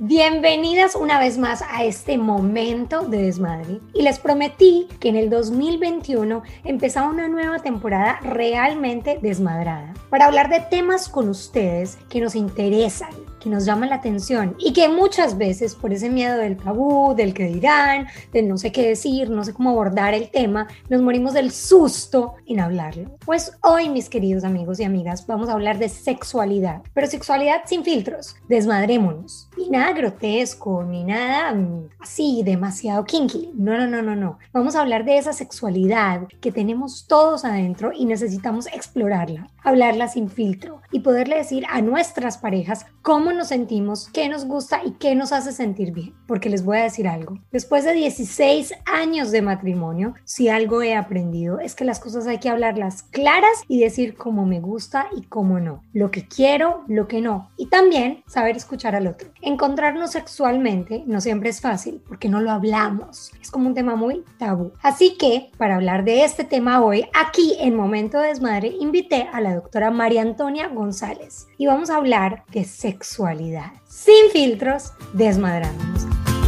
Bienvenidas una vez más a este momento de desmadre. Y les prometí que en el 2021 empezaba una nueva temporada realmente desmadrada para hablar de temas con ustedes que nos interesan, que nos llaman la atención y que muchas veces por ese miedo del tabú, del que dirán, del no sé qué decir, no sé cómo abordar el tema, nos morimos del susto en hablarlo. Pues hoy, mis queridos amigos y amigas, vamos a hablar de sexualidad, pero sexualidad sin filtros, desmadrémonos. Y nada grotesco, ni nada así demasiado kinky, no. Vamos a hablar de esa sexualidad que tenemos todos adentro y necesitamos explorarla, hablarla sin filtro y poderle decir a nuestras parejas cómo nos sentimos, qué nos gusta y qué nos hace sentir bien. Porque les voy a decir algo, después de 16 años de matrimonio, si algo he aprendido es que las cosas hay que hablarlas claras y decir cómo me gusta y cómo no, lo que quiero, lo que no, y también saber escuchar al otro. Encontrarnos sexualmente no siempre es fácil porque no lo hablamos, es como un tema muy tabú. Así que para hablar de este tema hoy, aquí en Momento de Desmadre, invité a la doctora María Antonia González y vamos a hablar de sexualidad sin filtros, desmadrándonos.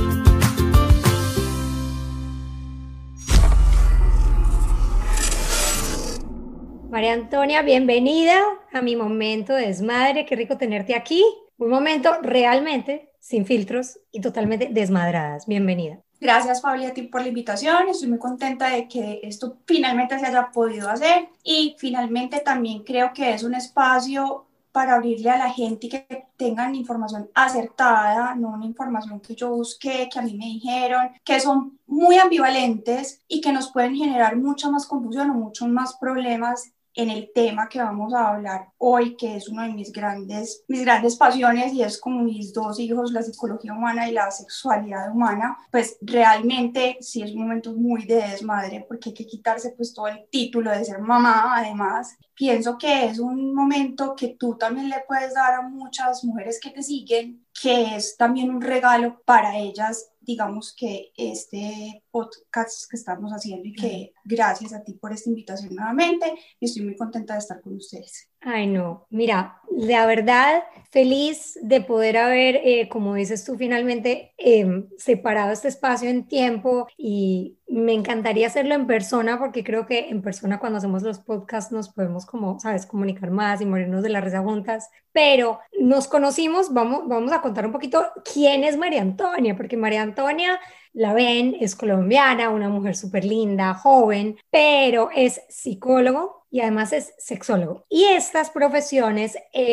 María Antonia, bienvenida a mi Momento de Desmadre. Qué rico tenerte aquí. Un momento realmente sin filtros y totalmente desmadradas. Bienvenida. Gracias, Fabi, a ti por la invitación. Estoy muy contenta de que esto finalmente se haya podido hacer y finalmente también creo que es un espacio para abrirle a la gente y que tengan información acertada, no una información que yo busqué, que a mí me dijeron, que son muy ambivalentes y que nos pueden generar mucha más confusión o muchos más problemas en el tema que vamos a hablar hoy, que es uno de mis grandes pasiones y es como mis dos hijos, la psicología humana y la sexualidad humana. Pues realmente sí es un momento muy de desmadre porque hay que quitarse pues todo el título de ser mamá. Además, pienso que es un momento que tú también le puedes dar a muchas mujeres que te siguen, que es también un regalo para ellas. Digamos que este podcast que estamos haciendo y que gracias a ti por esta invitación nuevamente y estoy muy contenta de estar con ustedes. Ay, no, mira, la verdad, feliz de poder haber, como dices tú, finalmente separado este espacio en tiempo y me encantaría hacerlo en persona porque creo que en persona cuando hacemos los podcasts nos podemos como, sabes, comunicar más y morirnos de la risa juntas, pero nos conocimos, vamos a contar un poquito quién es María Antonia, porque María Antonia, la ven, es colombiana, una mujer súper linda, joven, pero es psicólogo y además es sexólogo. Y estas profesiones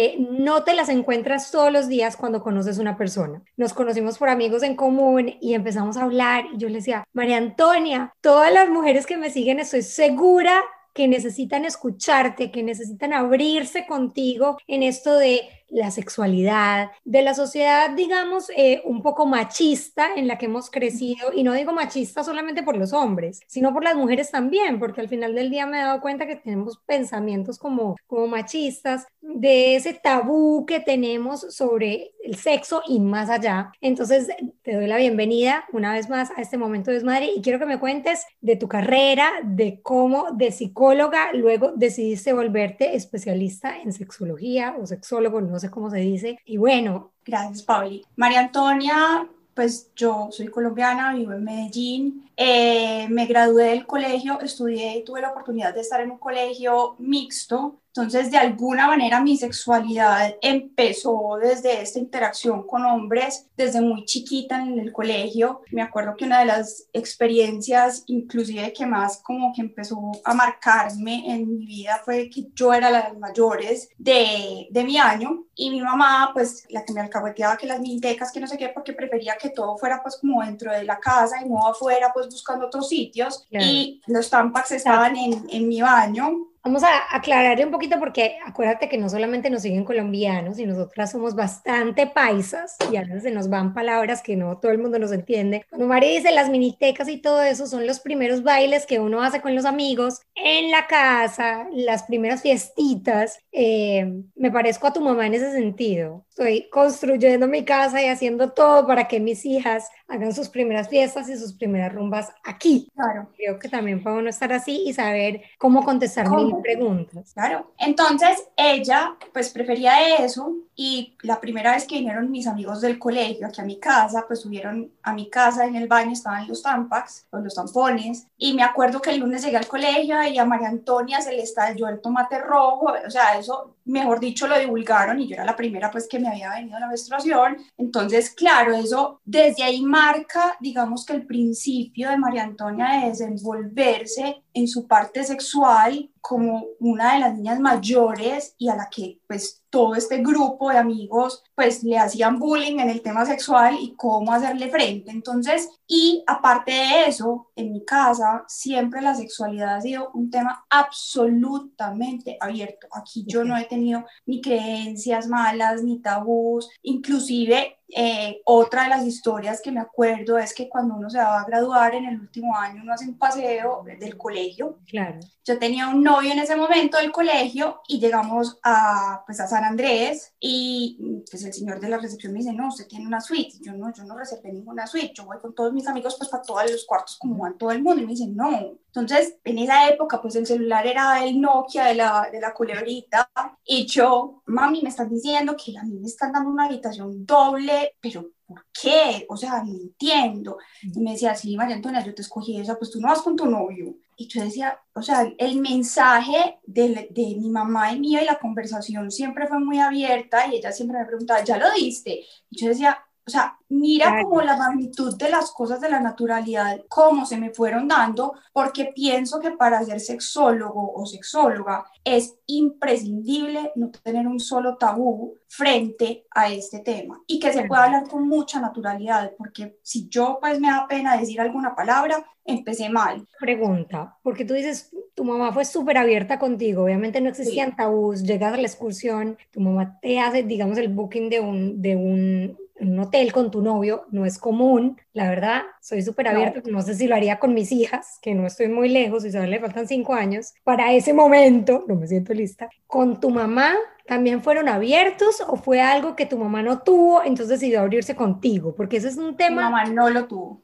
no te las encuentras todos los días cuando conoces una persona. Nos conocimos por amigos en común y empezamos a hablar y yo le decía, María Antonia, todas las mujeres que me siguen estoy segura que necesitan escucharte, que necesitan abrirse contigo en esto de la sexualidad, de la sociedad, digamos, un poco machista en la que hemos crecido, y no digo machista solamente por los hombres, sino por las mujeres también, porque al final del día me he dado cuenta que tenemos pensamientos como machistas, de ese tabú que tenemos sobre el sexo y más allá. Entonces, te doy la bienvenida una vez más a este Momento de Desmadre y quiero que me cuentes de tu carrera, de cómo de psicóloga luego decidiste volverte especialista en sexología o sexólogo, no sé cómo se dice. Y bueno. Gracias, Pauli. María Antonia, pues yo soy colombiana, vivo en Medellín. Me gradué del colegio, estudié y tuve la oportunidad de estar en un colegio mixto. Entonces, de alguna manera, mi sexualidad empezó desde esta interacción con hombres, desde muy chiquita en el colegio. Me acuerdo que una de las experiencias, inclusive que más como que empezó a marcarme en mi vida, fue que yo era la de las mayores de mi año y mi mamá, pues, la que me alcahueteaba que las minitecas, que no sé qué, porque prefería que todo fuera, pues, como dentro de la casa y no afuera, pues, buscando otros sitios. Claro. Y los tampax estaban en mi baño. Vamos a aclararle un poquito porque acuérdate que no solamente nos siguen colombianos y nosotras somos bastante paisas y a veces se nos van palabras que no todo el mundo nos entiende. Cuando Mari dice las minitecas y todo eso son los primeros bailes que uno hace con los amigos en la casa, las primeras fiestitas. Me parezco a tu mamá en ese sentido. Estoy construyendo mi casa y haciendo todo para que mis hijas hagan sus primeras fiestas y sus primeras rumbas aquí. Claro. Creo que también para uno estar así y saber cómo contestar mil ¿Cómo? preguntas. Claro. Entonces ella pues prefería eso y la primera vez que vinieron mis amigos del colegio aquí a mi casa, pues subieron a mi casa en el baño, estaban los tampax, o los tampones, y me acuerdo que el lunes llegué al colegio y a María Antonia se le estalló el tomate rojo, o sea, eso, mejor dicho, lo divulgaron y yo era la primera pues que me había venido la menstruación. Entonces, claro, eso desde ahí marca, digamos que el principio de María Antonia de desenvolverse en su parte sexual como una de las niñas mayores y a la que pues todo este grupo de amigos pues le hacían bullying en el tema sexual y cómo hacerle frente. Entonces, y aparte de eso, en mi casa siempre la sexualidad ha sido un tema absolutamente abierto. Aquí yo no he tenido ni creencias malas, ni tabús, inclusive otra de las historias que me acuerdo es que cuando uno se va a graduar en el último año, uno hace un paseo del colegio. Claro. Yo tenía un novio en ese momento del colegio y llegamos pues a San Andrés y pues el señor de la recepción me dice, no, usted tiene una suite. Yo no reservé ninguna suite, yo voy con todos mis amigos pues para todos los cuartos como van todo el mundo. Y me dice, no. Entonces, en esa época pues el celular era el Nokia de la culebrita y yo, mami, me están diciendo que a mí me están dando una habitación doble, pero ¿por qué? O sea, no entiendo. Y me decía, sí, María Antonia, yo te escogí esa, pues tú no vas con tu novio. Y yo decía, o sea, el mensaje de mi mamá y mío y la conversación siempre fue muy abierta y ella siempre me preguntaba, ¿ya lo diste? Y yo decía, o sea, mira Claro. como la magnitud de las cosas de la naturalidad, cómo se me fueron dando, porque pienso que para ser sexólogo o sexóloga es imprescindible no tener un solo tabú frente a este tema y que se pueda hablar con mucha naturalidad, porque si yo pues me da pena decir alguna palabra, empecé mal. Pregunta, porque tú dices, tu mamá fue súper abierta contigo, obviamente no Sí, existían tabús, llegas a la excursión, tu mamá te hace, digamos, el booking un hotel con tu novio, no es común, la verdad, soy súper abierta, no. no sé si lo haría con mis hijas, que no estoy muy lejos, y solo le faltan 5 años, para ese momento, no me siento lista, con tu mamá. ¿También fueron abiertos o fue algo que tu mamá no tuvo, entonces decidió abrirse contigo? Porque ese es un Mi tema. mamá no lo tuvo.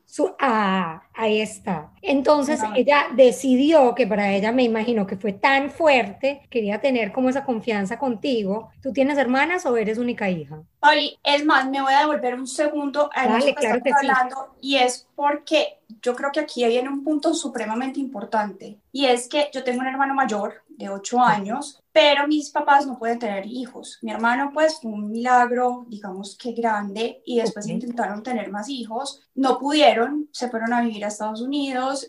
Ahí está. Mi Entonces mamá. ella decidió que para ella, me imagino que fue tan fuerte, quería tener como esa confianza contigo. ¿Tú tienes hermanas o eres única hija? Pauli, es más, me voy a devolver un segundo en eso Dale, que claro estamos que sí. hablando y es porque yo creo que aquí viene un punto supremamente importante y es que yo tengo un hermano mayor de 8 años, pero mis papás no pueden tener hijos. Mi hermano pues fue un milagro, digamos que grande, y Ok. después intentaron tener más hijos, no pudieron, se fueron a vivir a Estados Unidos,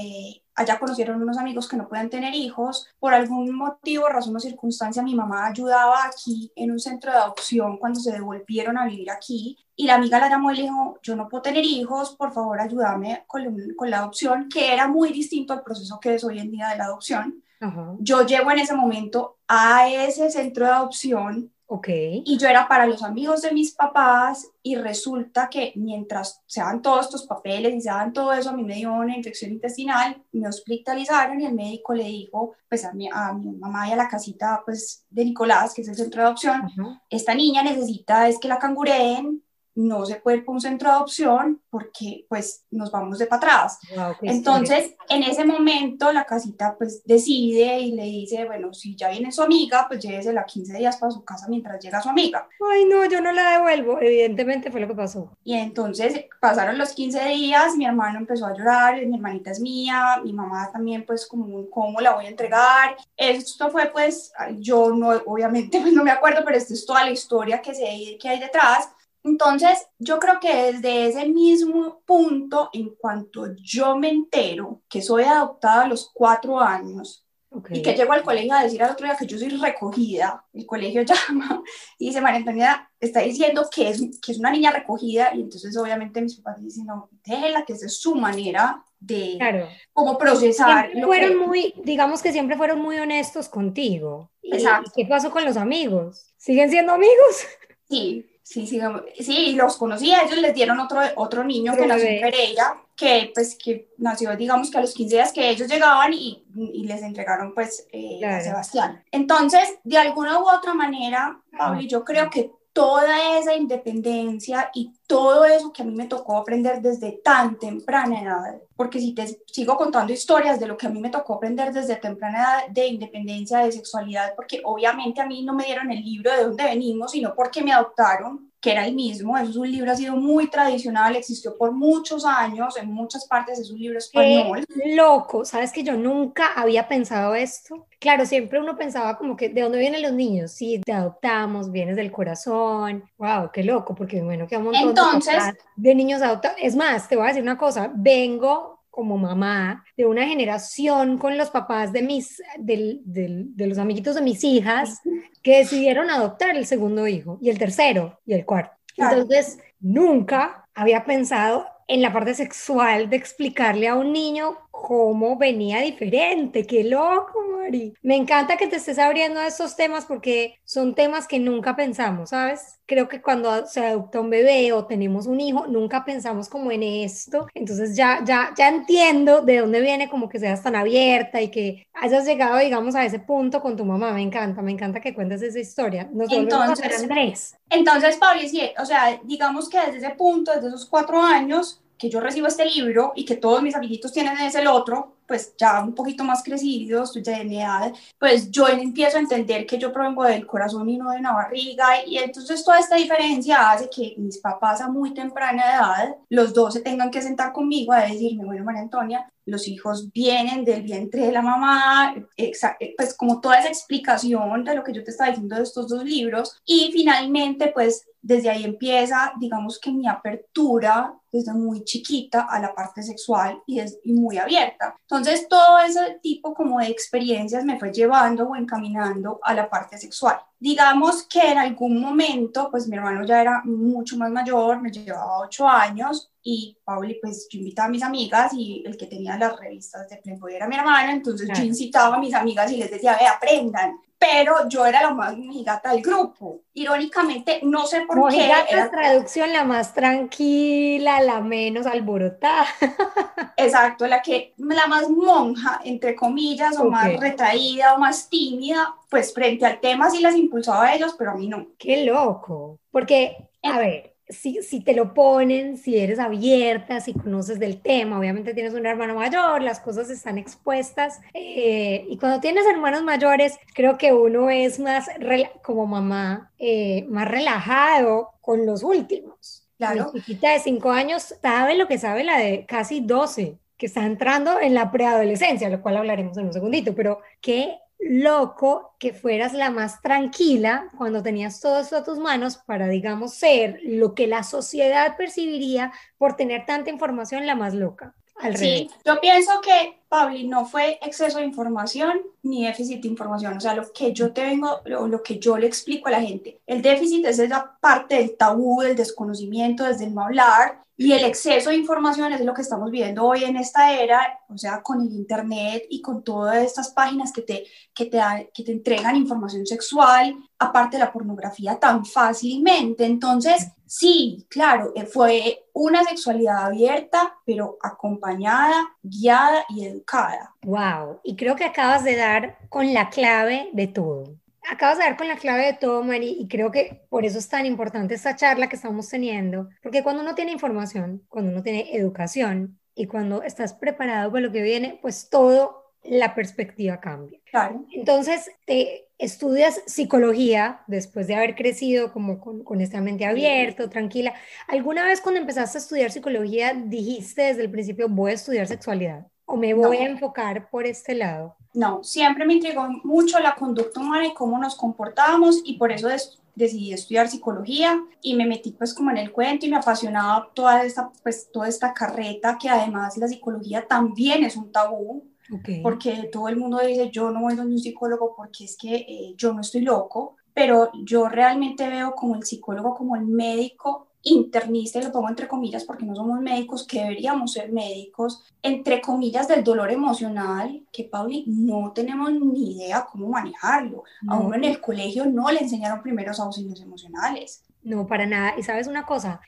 allá conocieron unos amigos que no pueden tener hijos. Por algún motivo, razón o circunstancia, mi mamá ayudaba aquí en un centro de adopción cuando se devolvieron a vivir aquí. Y la amiga la llamó y le dijo, yo no puedo tener hijos, por favor ayúdame con la adopción, que era muy distinto al proceso que es hoy en día de la adopción. Ajá. Yo llego en ese momento a ese centro de adopción Ok. y yo era para los amigos de mis papás y resulta que mientras se dan todos estos papeles y se dan todo eso, a mí me dio una infección intestinal, me hospitalizaron y el médico le dijo pues a mi mamá y a la casita pues de Nicolás, que es el centro de adopción, Ajá. esta niña necesita es que la cangureen, no se puede ir por un centro de adopción porque pues nos vamos de para atrás. Wow, qué historia. Entonces, en ese momento la casita pues decide y le dice, bueno, si ya viene su amiga, pues llévesela 15 días para su casa mientras llega su amiga. Ay, no, yo no la devuelvo. Evidentemente fue lo que pasó. Y entonces pasaron los 15 días, mi hermano empezó a llorar, mi hermanita es mía, mi mamá también pues como, ¿cómo la voy a entregar? Esto fue pues, yo no, obviamente pues no me acuerdo, pero esto es toda la historia que hay detrás. Entonces, yo creo que desde ese mismo punto, en cuanto yo me entero que soy adoptada a los 4 años Ok. y que llego al colegio a decir al otro día que yo soy recogida, el colegio llama y dice, María Antonia está diciendo que es una niña recogida, y entonces obviamente mis papás dicen, no, déjela, que esa es su manera de Claro. cómo procesar Siempre lo fueron que... muy, digamos que siempre fueron muy honestos contigo. ¿Y Exacto. qué pasó con los amigos? ¿Siguen siendo amigos? Sí, sí, sí, sí, los conocí, a ellos les dieron otro niño Otro que nació en bebé. Pereira, que pues que nació, digamos que a los 15 días que ellos llegaban y les entregaron pues a Claro. Sebastián. Entonces, de alguna u otra manera, Ajá. Pauli, yo creo que toda esa independencia y todo eso que a mí me tocó aprender desde tan temprana edad, porque si te sigo contando historias de lo que a mí me tocó aprender desde temprana edad de independencia, de sexualidad, porque obviamente a mí no me dieron el libro de dónde venimos, sino porque me adoptaron, que era el mismo. Eso es un libro, ha sido muy tradicional, existió por muchos años, en muchas partes es un libro Qué español. loco, ¿sabes que yo nunca había pensado esto? Claro, siempre uno pensaba como que, ¿de dónde vienen los niños? Sí, te adoptamos, vienes del corazón. Wow, qué loco, porque bueno, que hay un montón de Entonces, papás de niños adoptados. Es más, te voy a decir una cosa, vengo como mamá de una generación con los papás de de los amiguitos de mis hijas que decidieron adoptar el segundo hijo y el tercero y el cuarto. claro. Entonces, nunca había pensado en la parte sexual de explicarle a un niño cómo venía diferente. ¡Qué loco, Mari! Me encanta que te estés abriendo a estos temas porque son temas que nunca pensamos, ¿sabes? Creo que cuando se adopta un bebé o tenemos un hijo, nunca pensamos como en esto. Entonces ya entiendo de dónde viene como que seas tan abierta y que hayas llegado, digamos, a ese punto con tu mamá. Me encanta que cuentes esa historia. Nos volvemos a ver, Entonces, Andrés. Entonces, Pablo, sí, o sea, digamos que desde ese punto, desde esos 4 años que yo recibo este libro y que todos mis amiguitos tienen ese el otro, pues ya un poquito más crecidos, de mi edad, pues yo empiezo a entender que yo provengo del corazón y no de una barriga, y entonces toda esta diferencia hace que mis papás a muy temprana edad, los dos se tengan que sentar conmigo a decirme, bueno, María Antonia, los hijos vienen del vientre de la mamá, pues como toda esa explicación de lo que yo te estaba diciendo de estos dos libros, y finalmente pues desde ahí empieza, digamos que mi apertura desde muy chiquita a la parte sexual y muy abierta. Entonces todo ese tipo como de experiencias me fue llevando o encaminando a la parte sexual. Digamos que en algún momento, pues mi hermano ya era mucho más mayor, me llevaba 8 años, y Pauli, pues yo invitaba a mis amigas y el que tenía las revistas de Playboy era mi hermano, entonces yo Claro. incitaba a mis amigas y les decía, ve, aprendan. Pero yo era la más mojigata del grupo. Irónicamente, no sé por qué, Mojigato es era traducción la más tranquila, la menos alborotada. exacto la más monja, entre comillas, o Ok, más retraída o más tímida, pues frente al tema sí las impulsaba a ellos, pero a mí no. qué loco. Porque, a ver, si te lo ponen, si eres abierta, si conoces del tema, obviamente tienes un hermano mayor, las cosas están expuestas. Y cuando tienes hermanos mayores, creo que uno es más, como mamá, más relajado con los últimos. Mi Claro. chiquita de 5 años sabe lo que sabe la de casi 12 que está entrando en la preadolescencia, lo cual hablaremos en un segundito, pero qué loco que fueras la más tranquila cuando tenías todo esto a tus manos para, digamos, ser lo que la sociedad percibiría por tener tanta información, la más loca. Al revés. Sí, yo pienso que, Pauli, no fue exceso de información ni déficit de información. O sea, lo que yo te vengo, lo que yo le explico a la gente, el déficit es esa parte del tabú, del desconocimiento, desde el no hablar, y el exceso de información es lo que estamos viendo hoy en esta era, o sea, con el internet y con todas estas páginas que te entregan información sexual, aparte de la pornografía tan fácilmente. Entonces, sí, claro, fue una sexualidad abierta, pero acompañada, guiada y educada. Wow. Y creo que acabas de dar con la clave de todo. Acabas de dar con la clave de todo, Mari, y creo que por eso es tan importante esta charla que estamos teniendo, porque cuando uno tiene información, cuando uno tiene educación y cuando estás preparado para lo que viene, pues todo la perspectiva cambia. Claro. Entonces, te estudias psicología después de haber crecido como con esta mente abierta, tranquila. ¿Alguna vez cuando empezaste a estudiar psicología dijiste desde el principio voy a estudiar sexualidad o me voy a No, enfocar por este lado? no, siempre me intrigó mucho la conducta humana y cómo nos comportábamos, y por eso decidí estudiar psicología y me metí pues como en el cuento y me apasionaba toda esta carreta, que además la psicología también es un tabú, Ok. porque todo el mundo dice yo no voy donde un psicólogo porque es que yo no estoy loco, pero yo realmente veo como el psicólogo como el médico internista, y lo pongo entre comillas porque no somos médicos, que deberíamos ser médicos, entre comillas, del dolor emocional, que Pauli no tenemos ni idea cómo manejarlo. A No, uno en el colegio no le enseñaron primeros auxilios emocionales. no, para nada. Y sabes una cosa,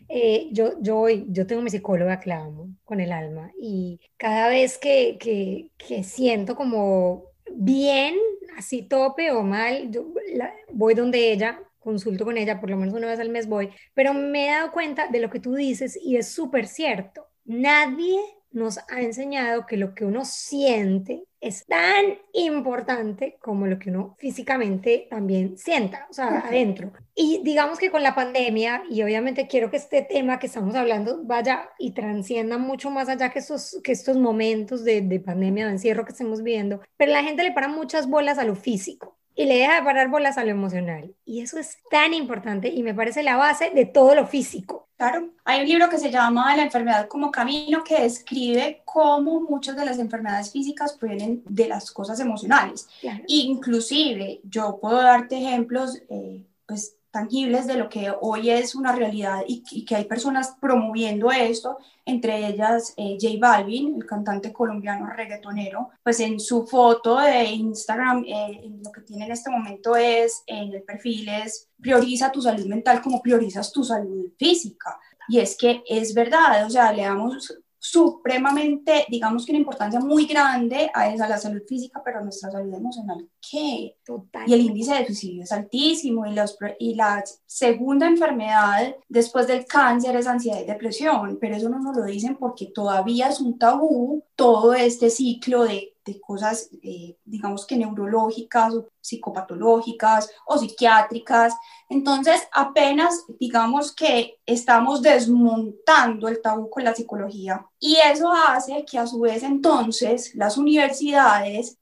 yo tengo mi psicóloga que la amo con el alma y cada vez que siento como bien, así tope o mal, voy donde ella consulto con ella, por lo menos una vez al mes voy, pero me he dado cuenta de lo que tú dices y es súper cierto. Nadie nos ha enseñado que lo que uno siente es tan importante como lo que uno físicamente también sienta, o sea, adentro. Y digamos que con la pandemia, y obviamente quiero que este tema que estamos hablando vaya y transcienda mucho más allá que estos momentos de pandemia, de encierro que estamos viviendo, pero la gente le para muchas bolas a lo físico. Y le deja de parar bolas a lo emocional. Y eso es tan importante y me parece la base de todo lo físico. Claro, hay un libro que se llama La enfermedad como camino que describe cómo muchas de las enfermedades físicas provienen de las cosas emocionales. Claro. Inclusive, yo puedo darte ejemplos pues, tangibles de lo que hoy es una realidad y que hay personas promoviendo esto, entre ellas J Balvin, el cantante colombiano reggaetonero, pues en su foto de Instagram, lo que tiene en este momento es, en el perfil es, prioriza tu salud mental como priorizas tu salud física. Y es que es verdad, o sea, le damos supremamente, digamos que una importancia muy grande a esa, a la salud física, pero a nuestra salud emocional, ¿qué? Y el Totalmente. índice de suicidio es altísimo y la segunda enfermedad después del cáncer es ansiedad y depresión, pero eso no nos lo dicen porque todavía es un tabú todo este ciclo de cosas, digamos que neurológicas o psicopatológicas o psiquiátricas. Entonces, apenas digamos que estamos desmontando el tabú con la psicología y eso hace que a su vez entonces las universidades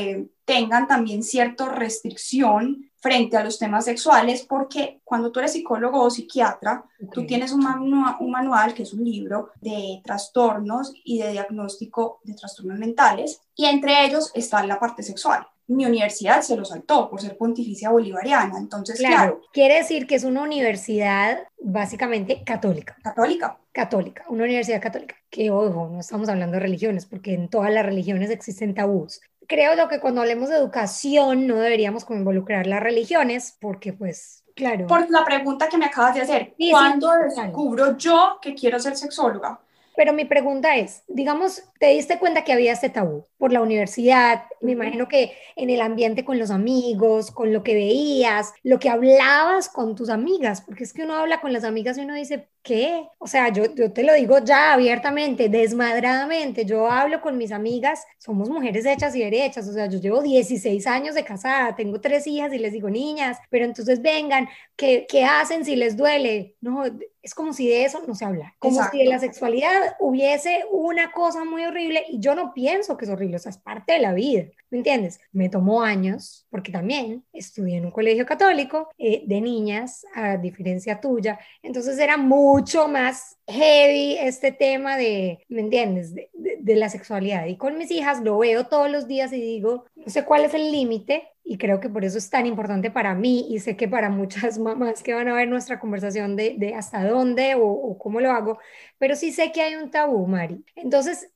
tengan también cierta restricción frente a los temas sexuales, porque cuando tú eres psicólogo o psiquiatra, tú tienes un manual, que es un libro de trastornos y de diagnóstico de trastornos mentales, y entre ellos está la parte sexual. Mi universidad se lo saltó por ser pontificia bolivariana, entonces, Claro, claro, quiere decir que es una universidad básicamente católica. católica. Católica, una universidad católica, que ojo, no estamos hablando de religiones, porque en todas las religiones existen tabús. Creo yo que cuando hablemos de educación no deberíamos como involucrar las religiones, porque pues, claro, Por la pregunta que me acabas de hacer, sí, sí, ¿cuándo total. descubro yo que quiero ser sexóloga? Pero mi pregunta es, digamos, ¿te diste cuenta que había este tabú por la universidad? Me imagino que en el ambiente con los amigos, con lo que veías, lo que hablabas con tus amigas, porque es que uno habla con las amigas y uno dice, ¿qué? O sea, yo te lo digo ya abiertamente, desmadradamente, yo hablo con mis amigas, somos mujeres hechas y derechas, o sea, yo llevo 16 años de casada, tengo 3 hijas y les digo, niñas, pero entonces vengan, ¿qué hacen si les duele? No, es como si de eso no se habla, como si de la Exacto. sexualidad hubiese una cosa muy horrible y yo no pienso que es horrible, o sea, es parte de la vida, ¿me entiendes? Me tomó años, porque también estudié en un colegio católico de niñas, a diferencia tuya, entonces era mucho más heavy este tema de, ¿me entiendes? De la sexualidad. Y con mis hijas lo veo todos los días y digo, no sé cuál es el límite, y creo que por eso es tan importante para mí y sé que para muchas mamás que van a ver nuestra conversación de hasta dónde o cómo lo hago, pero sí sé que hay un tabú, Mari. Entonces,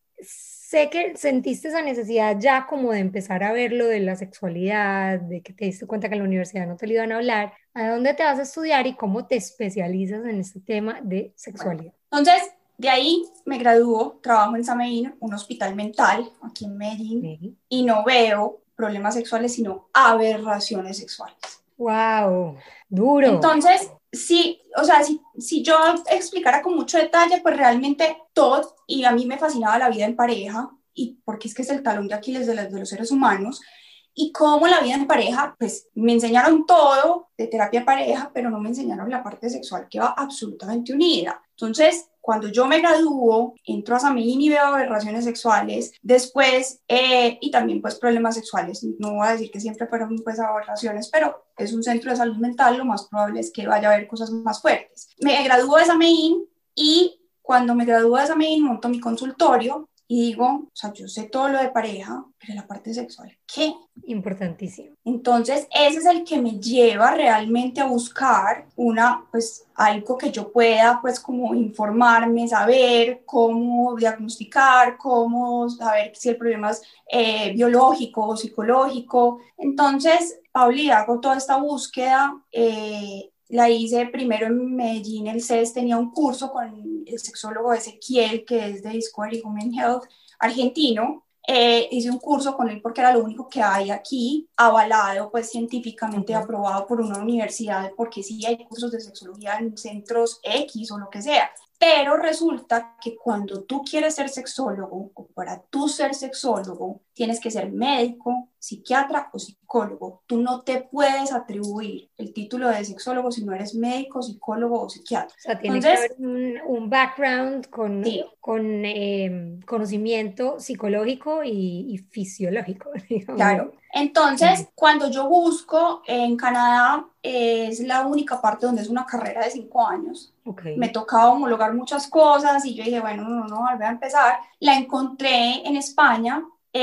sé que sentiste esa necesidad ya como de empezar a ver lo de la sexualidad, de que te diste cuenta que en la universidad no te lo iban a hablar. ¿A dónde te vas a estudiar y cómo te especializas en este tema de Bueno, sexualidad? entonces de ahí me graduó, trabajo en Sameín, un hospital mental aquí en Medellín, y no veo problemas sexuales, sino aberraciones sexuales. Wow, duro. Entonces, sí, o sea, si yo explicara con mucho detalle, pues realmente todo, y a mí me fascinaba la vida en pareja, y porque es que es el talón de Aquiles de los seres humanos, y cómo la vida en pareja, pues me enseñaron todo de terapia de pareja, pero no me enseñaron la parte sexual que va absolutamente unida. Entonces, cuando yo me gradúo, entro a Samín y veo aberraciones sexuales, después, y también pues problemas sexuales, no voy a decir que siempre fueron pues aberraciones, pero es un centro de salud mental, lo más probable es que vaya a haber cosas más fuertes. Me gradúo de Samín y cuando me gradúo de Samín monto mi consultorio y digo, o sea, yo sé todo lo de pareja, pero la parte sexual, ¿qué? Importantísimo. Entonces, ese es el que me lleva realmente a buscar pues, algo que yo pueda, pues, como informarme, saber cómo diagnosticar, cómo saber si el problema es biológico o psicológico. Entonces, Pauli, hago toda esta búsqueda. La hice primero en Medellín, el CES tenía un curso con el sexólogo Ezequiel, que es de Discovery Women Health argentino. hice un curso con él porque era lo único que hay aquí, avalado, pues científicamente aprobado por una universidad, porque sí hay cursos de sexología en centros X o lo que sea. Pero resulta que cuando tú quieres ser sexólogo, o para tú ser sexólogo, tienes que ser médico, psiquiatra o psicólogo. Tú no te puedes atribuir el título de sexólogo si no eres médico, psicólogo o psiquiatra. O sea, tiene que haber un background sí, con conocimiento psicológico y fisiológico, digamos. claro. Entonces, cuando yo busco en Canadá, es la única parte donde es una carrera de 5 años. Okay. Me tocaba homologar muchas cosas y yo dije, bueno, no, volver a empezar. La encontré en España,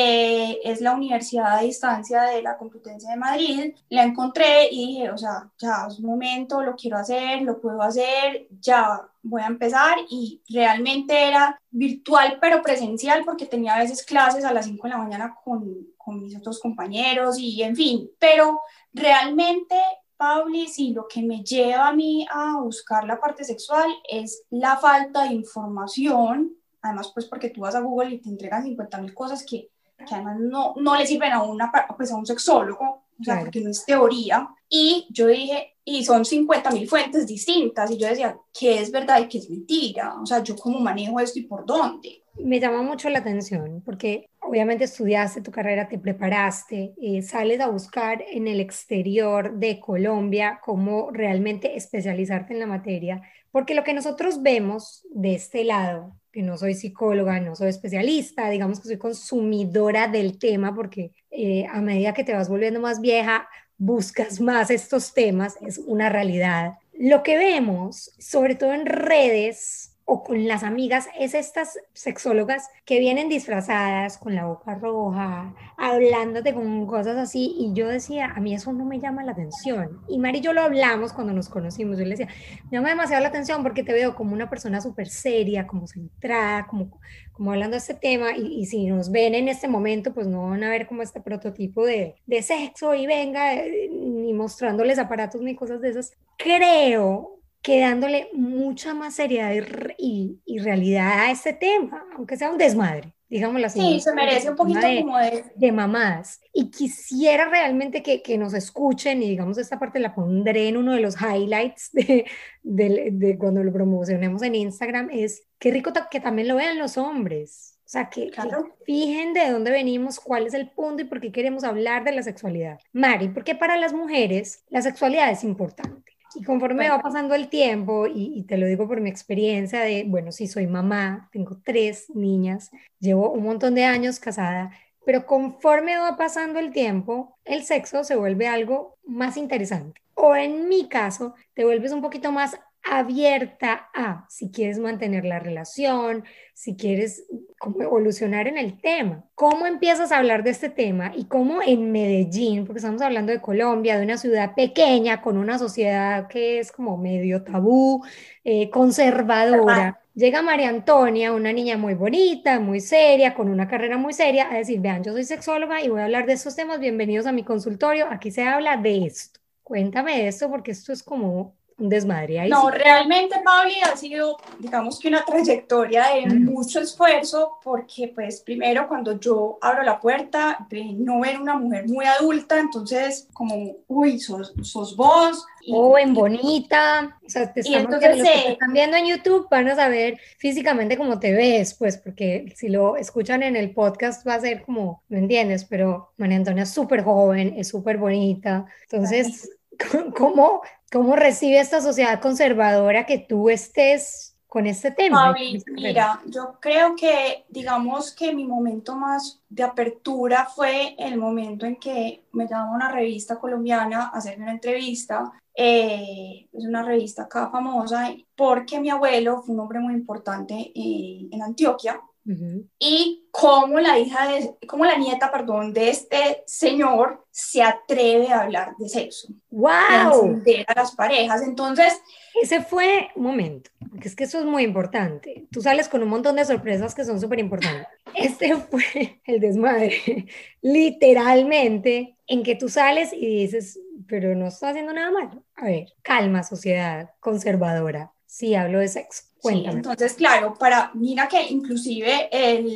es la Universidad a Distancia de la Complutense de Madrid. La encontré y dije, o sea, ya es un momento, lo quiero hacer, lo puedo hacer, ya voy a empezar. Y realmente era virtual pero presencial porque tenía a veces clases a las 5 de la mañana con mis otros compañeros y en fin, pero realmente, Pauli, sí, lo que me lleva a mí a buscar la parte sexual es la falta de información, además pues porque tú vas a Google y te entregan 50.000 cosas que además no le sirven a, pues a un sexólogo, o sea, porque no es teoría. Y yo dije, y son 50.000 fuentes distintas, y yo decía, ¿qué es verdad y qué es mentira? O sea, ¿yo cómo manejo esto y por dónde? Me llama mucho la atención porque obviamente estudiaste tu carrera, te preparaste, sales a buscar en el exterior de Colombia cómo realmente especializarte en la materia, porque lo que nosotros vemos de este lado, que no soy psicóloga, no soy especialista, digamos que soy consumidora del tema, porque a medida que te vas volviendo más vieja, buscas más estos temas, es una realidad. Lo que vemos, sobre todo en redes, o con las amigas, es estas sexólogas que vienen disfrazadas con la boca roja, hablándote con cosas así, y yo decía, a mí eso no me llama la atención. Y Mari y yo lo hablamos cuando nos conocimos, yo le decía, me llama demasiado la atención porque te veo como una persona súper seria, como centrada, como hablando de este tema, y si nos ven en este momento, pues no van a ver como este prototipo de sexo y venga, ni mostrándoles aparatos ni cosas de esas. Creo que dándole mucha más seriedad y realidad a este tema, aunque sea un desmadre, digámoslo así. Sí, se merece un poquito como de mamadas. Y quisiera realmente que nos escuchen y digamos esta parte la pondré en uno de los highlights de cuando lo promocionemos en Instagram, es qué rico que también lo vean los hombres. O sea, claro. que fijen de dónde venimos, cuál es el punto y por qué queremos hablar de la sexualidad. Mari, porque para las mujeres la sexualidad es importante. Y conforme va pasando el tiempo, y te lo digo por mi experiencia de, bueno, sí, soy mamá, tengo 3 niñas, llevo un montón de años casada, pero conforme va pasando el tiempo, el sexo se vuelve algo más interesante. O en mi caso, te vuelves un poquito más abierta a si quieres mantener la relación, si quieres como evolucionar en el tema. ¿Cómo empiezas a hablar de este tema y cómo en Medellín, porque estamos hablando de Colombia, de una ciudad pequeña con una sociedad que es como medio tabú, conservadora? Llega María Antonia, una niña muy bonita, muy seria, con una carrera muy seria, a decir, vean, yo soy sexóloga y voy a hablar de estos temas, bienvenidos a mi consultorio, aquí se habla de esto. Cuéntame de esto porque esto es como un desmadre. Ahí no, sí. realmente, Pauli, ha sido, digamos que una trayectoria de mucho esfuerzo, porque pues primero cuando yo abro la puerta, no ver una mujer muy adulta, entonces como, uy, sos vos. Joven, bonita, o sea, entonces, los que te están viendo en YouTube van a saber físicamente cómo te ves, pues, porque si lo escuchan en el podcast va a ser como, ¿me entiendes? Pero María Antonia es súper joven, es súper bonita, entonces, ¿cómo recibe esta sociedad conservadora que tú estés con este tema? Fabi, mira, yo creo que, digamos que mi momento más de apertura fue el momento en que me llamó una revista colombiana a hacerme una entrevista. Es una revista acá famosa porque mi abuelo fue un hombre muy importante en Antioquia. Y cómo cómo la nieta, perdón, de este señor se atreve a hablar de sexo. ¡Wow! Y a encender a las parejas. Entonces, ese fue un momento, porque es que eso es muy importante. Tú sales con un montón de sorpresas que son súper importantes. Este fue el desmadre, literalmente, en que tú sales y dices, pero no estoy haciendo nada malo. A ver, calma, sociedad conservadora. Sí, hablo de sexo. Sí, Cuéntame. entonces, claro, mira que inclusive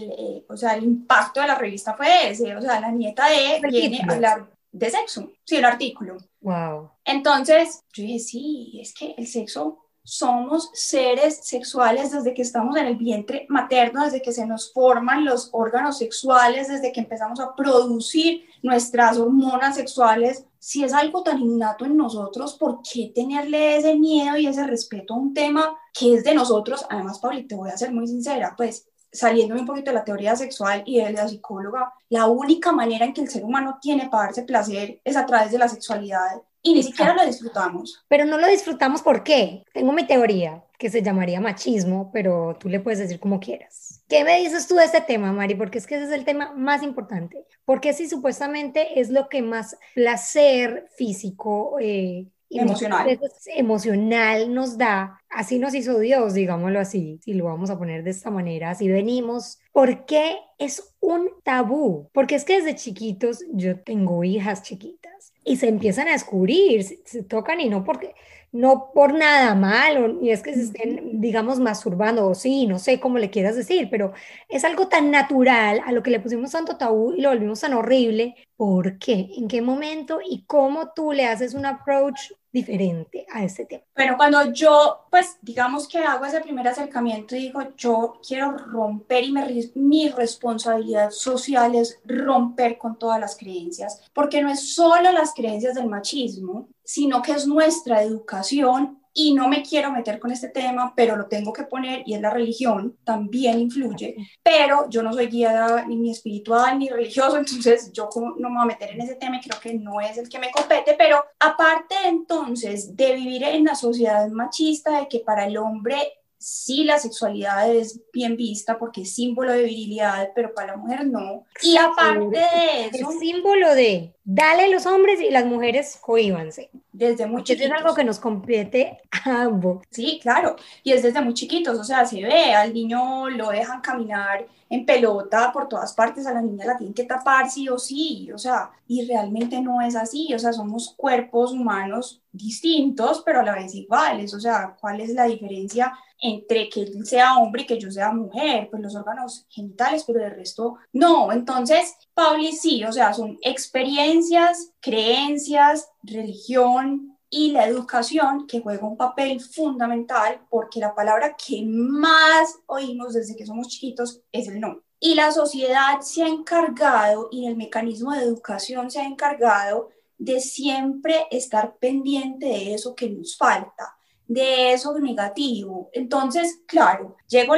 o sea, el impacto de la revista fue ese, o sea, la nieta de El viene a título. hablar de sexo, sí, el artículo. Wow. Entonces, yo dije, sí, es que el sexo, somos seres sexuales desde que estamos en el vientre materno, desde que se nos forman los órganos sexuales, desde que empezamos a producir nuestras hormonas sexuales. Si es algo tan innato en nosotros, ¿por qué tenerle ese miedo y ese respeto a un tema que es de nosotros? Además, Pauli, te voy a ser muy sincera, pues saliéndome un poquito de la teoría sexual y de la psicóloga, la única manera en que el ser humano tiene para darse placer es a través de la sexualidad y ni siquiera lo Exacto. disfrutamos. Pero no lo disfrutamos, ¿por qué? Tengo mi teoría, que se llamaría machismo, pero tú le puedes decir como quieras. ¿Qué me dices tú de este tema, Mari? Porque es que ese es el tema más importante. Porque si supuestamente es lo que más placer físico y muchas Emocional. veces emocional nos da, así nos hizo Dios, digámoslo así, si lo vamos a poner de esta manera, así venimos. ¿Por qué es un tabú? Porque es que desde chiquitos, yo tengo hijas chiquitas y se empiezan a descubrir, se tocan y no porque, no por nada malo, y es que se estén, digamos, masturbando, o sí, no sé cómo le quieras decir, pero es algo tan natural a lo que le pusimos tanto tabú y lo volvimos tan horrible. ¿Por qué? ¿En qué momento y cómo tú le haces un approach diferente a este tema? Pero cuando yo, pues, digamos que hago ese primer acercamiento y digo, yo quiero romper y mi responsabilidad social es romper con todas las creencias, porque no es solo las creencias del machismo, sino que es nuestra educación y no me quiero meter con este tema, pero lo tengo que poner y es la religión, también influye, pero yo no soy guiada ni espiritual ni religioso, entonces yo no me voy a meter en ese tema y creo que no es el que me compete, pero aparte entonces de vivir en la sociedad machista, de que para el hombre sí la sexualidad es bien vista porque es símbolo de virilidad, pero para la mujer no, y Exacto, aparte de es eso, símbolo de dale a los hombres y las mujeres cohíbanse, desde muy porque eso es algo chiquitos. que nos compete a ambos. Sí, claro, y es desde muy chiquitos, o sea, se ve, al niño lo dejan caminar en pelota por todas partes, a la niña la tienen que tapar sí o sí, o sea, y realmente no es así, o sea, somos cuerpos humanos distintos, pero a la vez iguales, o sea, ¿cuál es la diferencia entre que él sea hombre y que yo sea mujer? Pues los órganos genitales, pero de resto no, entonces, Pauli, sí, o sea, son experiencias, creencias, religión, y la educación que juega un papel fundamental porque la palabra que más oímos desde que somos chiquitos es el no. Y la sociedad se ha encargado y el mecanismo de educación se ha encargado de siempre estar pendiente de eso que nos falta, de eso negativo. Entonces, claro, llego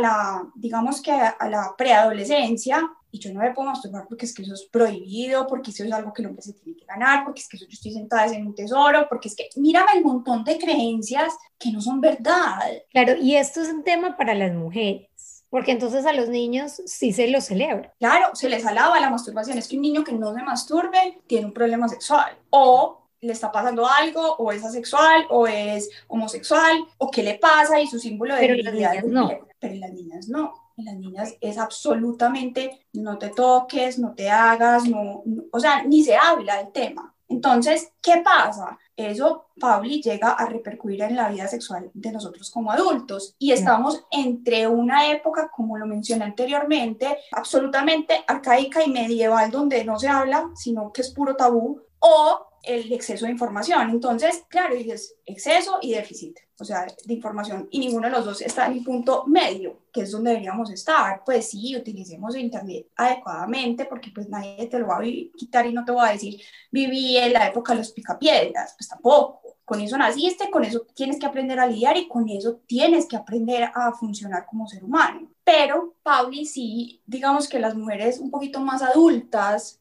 digamos que a la preadolescencia y yo no me puedo masturbar porque es que eso es prohibido, porque eso es algo que el hombre se tiene que ganar, porque es que eso yo estoy sentada en un tesoro, porque es que mírame el montón de creencias que no son verdad. Claro, y esto es un tema para las mujeres, porque entonces a los niños sí se lo celebra. Claro, se les alaba la masturbación, es que un niño que no se masturbe tiene un problema sexual o le está pasando algo, o es asexual, o es homosexual, o qué le pasa y su símbolo de Pero las virilidad es niñas el pie. no. Pero en las niñas no. En las niñas es absolutamente no te toques, no te hagas, o sea, ni se habla del tema. Entonces, ¿qué pasa? Eso, Pauli, llega a repercutir en la vida sexual de nosotros como adultos y Claro. estamos entre una época, como lo mencioné anteriormente, absolutamente arcaica y medieval donde no se habla, sino que es puro tabú, o el exceso de información. Entonces, claro, es exceso y déficit, o sea, de información, y ninguno de los dos está en el punto medio, que es donde deberíamos estar. Pues sí, utilicemos internet adecuadamente, porque pues nadie te lo va a quitar y no te va a decir, viví en la época de los picapiedras, pues tampoco. Con eso naciste, con eso tienes que aprender a lidiar y con eso tienes que aprender a funcionar como ser humano. Pero, Pauli, sí, digamos que las mujeres un poquito más adultas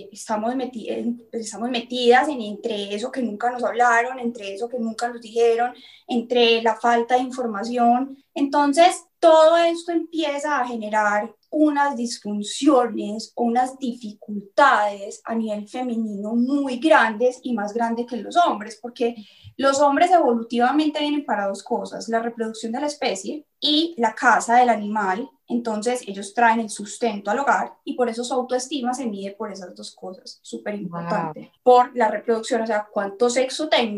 estamos metidas en entre eso que nunca nos hablaron, entre eso que nunca nos dijeron, entre la falta de información. Entonces, todo esto empieza a generar unas disfunciones o unas dificultades a nivel femenino muy grandes y más grandes que los hombres, porque los hombres evolutivamente vienen para dos cosas: la reproducción de la especie y la caza del animal. Entonces ellos traen el sustento al hogar y por eso su autoestima se mide por esas dos cosas, súper Wow. importante, por la reproducción, o sea, cuánto sexo tengo,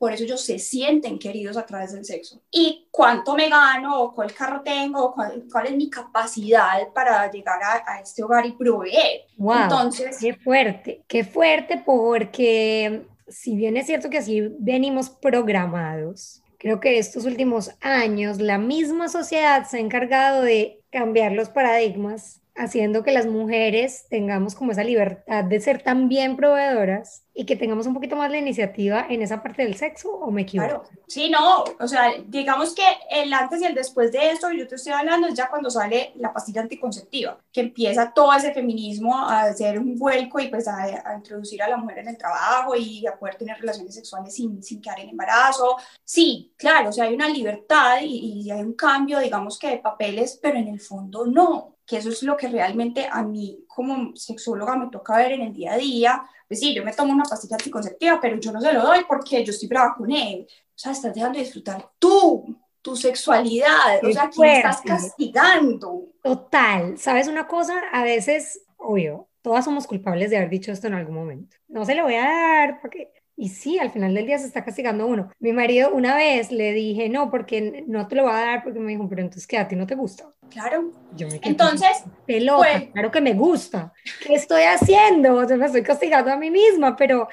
por eso ellos se sienten queridos a través del sexo. Y cuánto me gano, o cuál carro tengo, o cuál es mi capacidad para llegar a este hogar y proveer. Wow, Entonces, qué fuerte, porque si bien es cierto que así venimos programados, creo que estos últimos años la misma sociedad se ha encargado de cambiar los paradigmas, haciendo que las mujeres tengamos como esa libertad de ser también proveedoras y que tengamos un poquito más la iniciativa en esa parte del sexo, ¿o me equivoco? claro, sí, no, o sea, digamos que el antes y el después de esto, yo te estoy hablando, es ya cuando sale la pastilla anticonceptiva, que empieza todo ese feminismo a hacer un vuelco y pues a introducir a la mujer en el trabajo y a poder tener relaciones sexuales sin quedar en embarazo. Sí, claro, o sea, hay una libertad y hay un cambio, digamos que de papeles, pero en el fondo no, que eso es lo que realmente a mí como sexóloga me toca ver en el día a día. Pues sí, yo me tomo una pastilla anticonceptiva, pero yo no se lo doy porque yo estoy brava con él. O sea, estás dejando de disfrutar tú, tu sexualidad. O Qué sea, ¿quién estás fuerte. castigando? Total, ¿sabes una cosa? A veces, obvio, todas somos culpables de haber dicho esto en algún momento. No se lo voy a dar porque... Y sí, al final del día se está castigando uno. Mi marido una vez le dije, no, porque no te lo voy a dar, porque me dijo, pero entonces, ¿qué? ¿A ti no te gusta? Claro. Yo me quedé como, Entonces, pelota, pues, claro que me gusta. ¿Qué estoy haciendo? O sea, me estoy castigando a mí misma, pero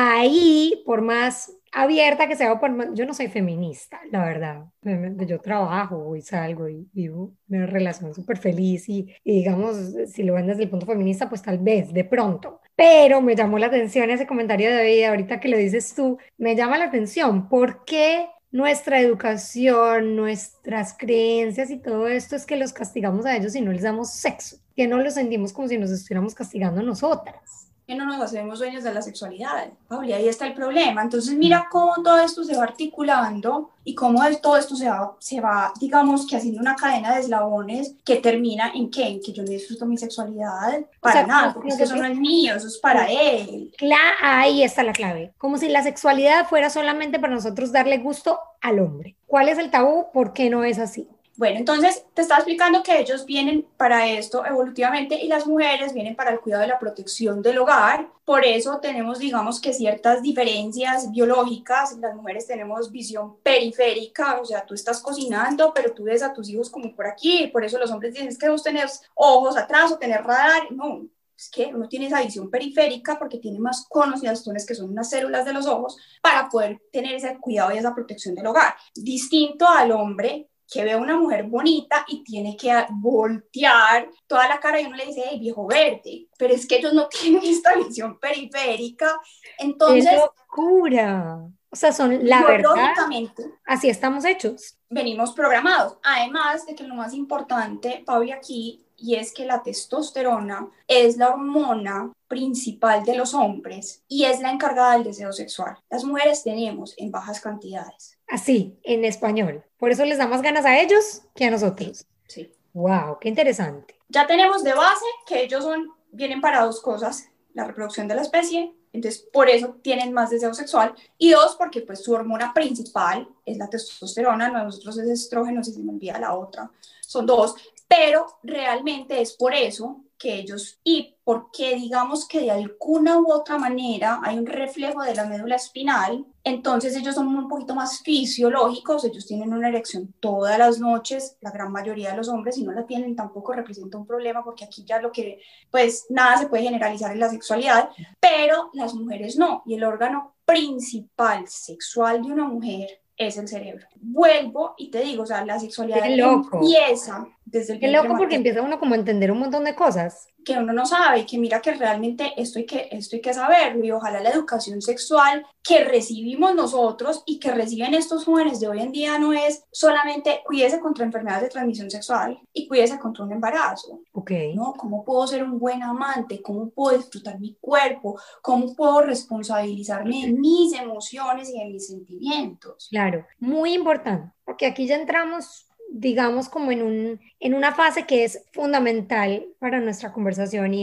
ahí, por más abierta que sea, yo no soy feminista, la verdad. Yo trabajo y salgo y vivo una relación súper feliz y digamos, si lo ven desde el punto feminista, pues tal vez, de pronto. Pero me llamó la atención ese comentario de David, ahorita que lo dices tú, me llama la atención. ¿Por qué nuestra educación, nuestras creencias y todo esto es que los castigamos a ellos y no les damos sexo? Que no los sentimos como si nos estuviéramos castigando a nosotras. que no nos hacemos dueños de la sexualidad, Pauli, ahí está el problema. Entonces mira cómo todo esto se va articulando y cómo todo esto se va, digamos que haciendo una cadena de eslabones que termina en qué, en que yo no disfruto mi sexualidad O para sea, nada, porque es que eso no es mío, eso es para él. ahí está la clave. Como si la sexualidad fuera solamente para nosotros darle gusto al hombre. ¿Cuál es el tabú? ¿Por qué no es así? Bueno, entonces te estaba explicando que ellos vienen para esto evolutivamente y las mujeres vienen para el cuidado y la protección del hogar. Por eso tenemos, digamos que ciertas diferencias biológicas. Las mujeres tenemos visión periférica, o sea, tú estás cocinando, pero tú ves a tus hijos como por aquí. Por eso los hombres dicen es que vos tenés ojos atrás o tener radar. No, es que uno tiene esa visión periférica porque tiene más conos y bastones que son unas células de los ojos para poder tener ese cuidado y esa protección del hogar. Distinto al hombre que ve a una mujer bonita y tiene que voltear toda la cara y uno le dice, hey, viejo verde, pero es que ellos no tienen esta visión periférica, ¡Qué entonces locura! O sea, son la verdad, biológicamente así estamos hechos. venimos programados. Además de que lo más importante, Fabi, aquí, y es que la testosterona es la hormona principal de los hombres y es la encargada del deseo sexual. Las mujeres tenemos en bajas cantidades. Así, en español. Por eso les da más ganas a ellos que a Sí, nosotros. sí. ¡Wow! ¡Qué interesante! Ya tenemos de base que ellos vienen para dos cosas, la reproducción de la especie, entonces por eso tienen más deseo sexual, y dos, porque pues su hormona principal es la testosterona, nosotros es estrógeno, si se me olvida la otra, son dos, pero realmente es por eso que ellos, y porque digamos que de alguna u otra manera hay un reflejo de la médula espinal, entonces ellos son un poquito más fisiológicos, ellos tienen una erección todas las noches, la gran mayoría de los hombres, si no la tienen tampoco representa un problema, porque aquí ya lo que, pues nada se puede generalizar en la sexualidad, pero las mujeres no, y el órgano principal sexual de una mujer es el cerebro. Vuelvo y te digo, o sea, la sexualidad ¡Qué loco! empieza desde el ¡Qué vientre loco! Porque materno, empieza uno como a entender un montón de cosas. que uno no sabe y que mira que realmente esto hay que saberlo, y ojalá la educación sexual que recibimos nosotros y que reciben estos jóvenes de hoy en día no es solamente cuídese contra enfermedades de transmisión sexual y cuídese contra un embarazo. Ok, No, ¿cómo puedo ser un buen amante? ¿Cómo puedo disfrutar mi cuerpo? ¿Cómo puedo responsabilizarme de mis emociones y de mis sentimientos? claro. Muy importante, porque aquí ya entramos, digamos, como en una fase que es fundamental para nuestra conversación y es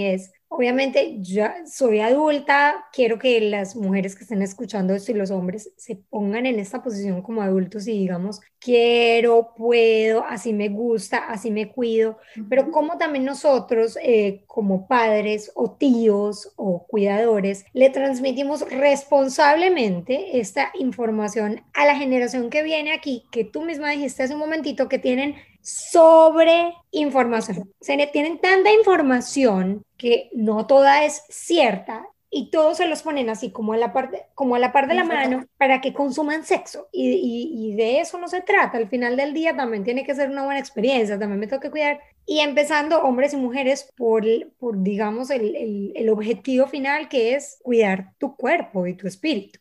obviamente ya soy adulta, quiero que las mujeres que estén escuchando esto y los hombres se pongan en esta posición como adultos y digamos, quiero, puedo, así me gusta, así me cuido, pero como también nosotros como padres o tíos o cuidadores le transmitimos responsablemente esta información a la generación que viene aquí, que tú misma dijiste hace un momentito que tienen sobre información. Tienen tanta información que no toda es cierta y todos se los ponen así como a la par de la mano para que consuman sexo. Y de eso no se trata. Al final del día también tiene que ser una buena experiencia, también me tengo que cuidar. Y empezando hombres y mujeres por digamos, el objetivo final que es cuidar tu cuerpo y tu espíritu.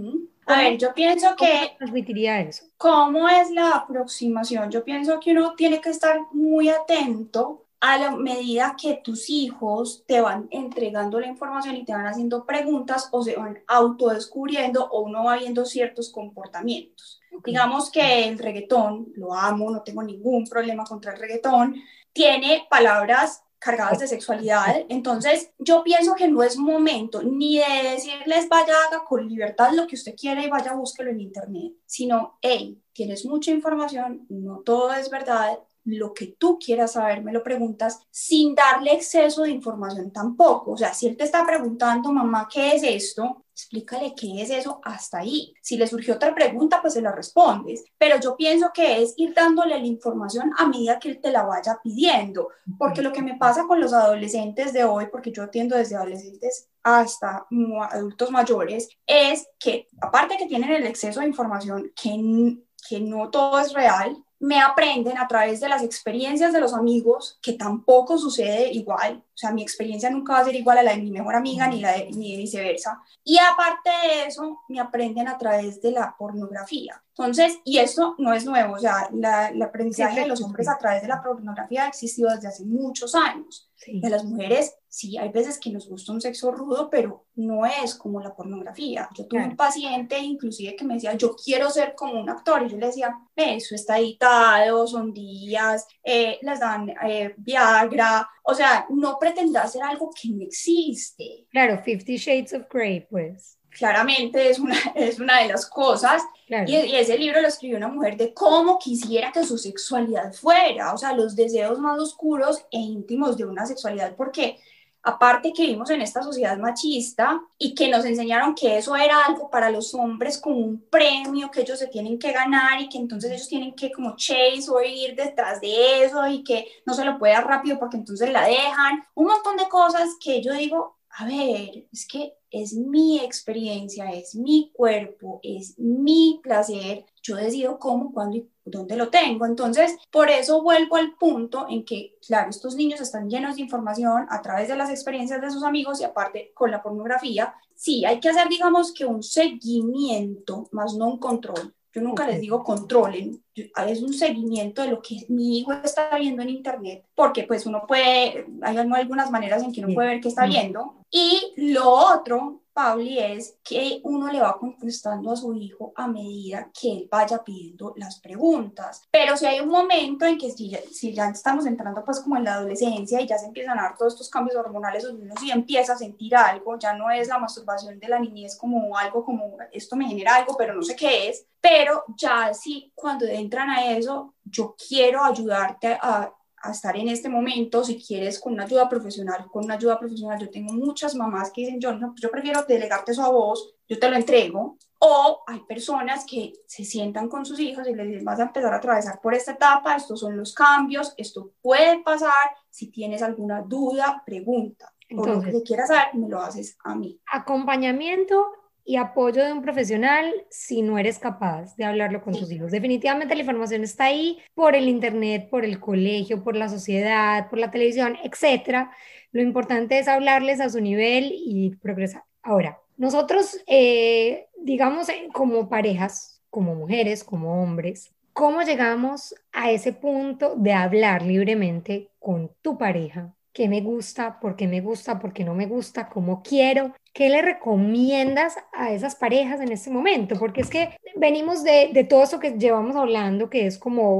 A ver, yo pienso ¿Cómo que transmitiría eso? ¿cómo es la aproximación? Yo pienso que uno tiene que estar muy atento a la medida que tus hijos te van entregando la información y te van haciendo preguntas o se van autodescubriendo o uno va viendo ciertos comportamientos. Okay. Digamos que el reggaetón, lo amo, no tengo ningún problema contra el reggaetón, tiene palabras cargadas de sexualidad, entonces yo pienso que no es momento ni de decirles vaya, haga con libertad lo que usted quiera y vaya, búsquelo en internet, sino, hey, tienes mucha información, no todo es verdad, lo que tú quieras saber me lo preguntas sin darle exceso de información tampoco, o sea, si él te está preguntando, mamá, ¿qué es esto? Explícale qué es eso hasta ahí. Si le surgió otra pregunta, pues se la respondes. Pero yo pienso que es ir dándole la información a medida que él te la vaya pidiendo. Porque lo que me pasa con los adolescentes de hoy, porque yo atiendo desde adolescentes hasta adultos mayores, es que aparte que tienen el exceso de información, que no todo es real, me aprenden a través de las experiencias de los amigos, que tampoco sucede igual. O sea, mi experiencia nunca va a ser igual a la de mi mejor amiga ni de viceversa. Y aparte de eso, me aprenden a través de la pornografía. Entonces, y esto no es nuevo, o sea, el aprendizaje de los hombres a través de la pornografía ha existido desde hace muchos años. Sí. De las mujeres, sí, hay veces que nos gusta un sexo rudo, pero no es como la pornografía. Yo tuve un paciente inclusive que me decía, yo quiero ser como un actor, y yo le decía, eso está editado, son días, les dan Viagra, o sea, no pretendas hacer algo que no existe. Claro, 50 Shades of Grey, pues. Claramente es una de las cosas, claro. y ese libro lo escribió una mujer de cómo quisiera que su sexualidad fuera, o sea, los deseos más oscuros e íntimos de una sexualidad, porque aparte que vivimos en esta sociedad machista y que nos enseñaron que eso era algo para los hombres como un premio que ellos se tienen que ganar y que entonces ellos tienen que como chase o ir detrás de eso y que no se lo puede dar rápido porque entonces la dejan, un montón de cosas que yo digo, a ver, es que es mi experiencia, es mi cuerpo, es mi placer, yo decido cómo, cuándo y dónde lo tengo. Entonces, por eso vuelvo al punto en que, claro, estos niños están llenos de información a través de las experiencias de sus amigos y aparte con la pornografía. Sí, hay que hacer, digamos, que un seguimiento, más no un control. Yo nunca les digo controlen, es un seguimiento de lo que mi hijo está viendo en internet, porque pues uno puede, hay algunas maneras en que uno puede ver qué está viendo. Y lo otro, Pauli, es que uno le va contestando a su hijo a medida que él vaya pidiendo las preguntas. Pero si hay un momento en que si ya estamos entrando pues como en la adolescencia y ya se empiezan a dar todos estos cambios hormonales, donde uno sí empieza a sentir algo, ya no es la masturbación de la niñez como algo como esto me genera algo, pero no sé qué es. Pero ya sí, cuando entran a eso, yo quiero ayudarte a estar en este momento, si quieres con una ayuda profesional, yo tengo muchas mamás que dicen, yo prefiero delegarte eso a vos, yo te lo entrego, o hay personas que se sientan con sus hijos y les dicen, vas a empezar a atravesar por esta etapa, estos son los cambios, esto puede pasar, si tienes alguna duda, pregunta, entonces, o lo que quieras saber, me lo haces a mí. Acompañamiento y apoyo de un profesional si no eres capaz de hablarlo con tus hijos. Definitivamente la información está ahí por el internet, por el colegio, por la sociedad, por la televisión, etcétera. Lo importante es hablarles a su nivel y progresar. Ahora, nosotros, digamos, como parejas, como mujeres, como hombres, ¿cómo llegamos a ese punto de hablar libremente con tu pareja qué me gusta, por qué no me gusta, cómo quiero. ¿Qué le recomiendas a esas parejas en este momento? Porque es que venimos de todo eso que llevamos hablando, que es como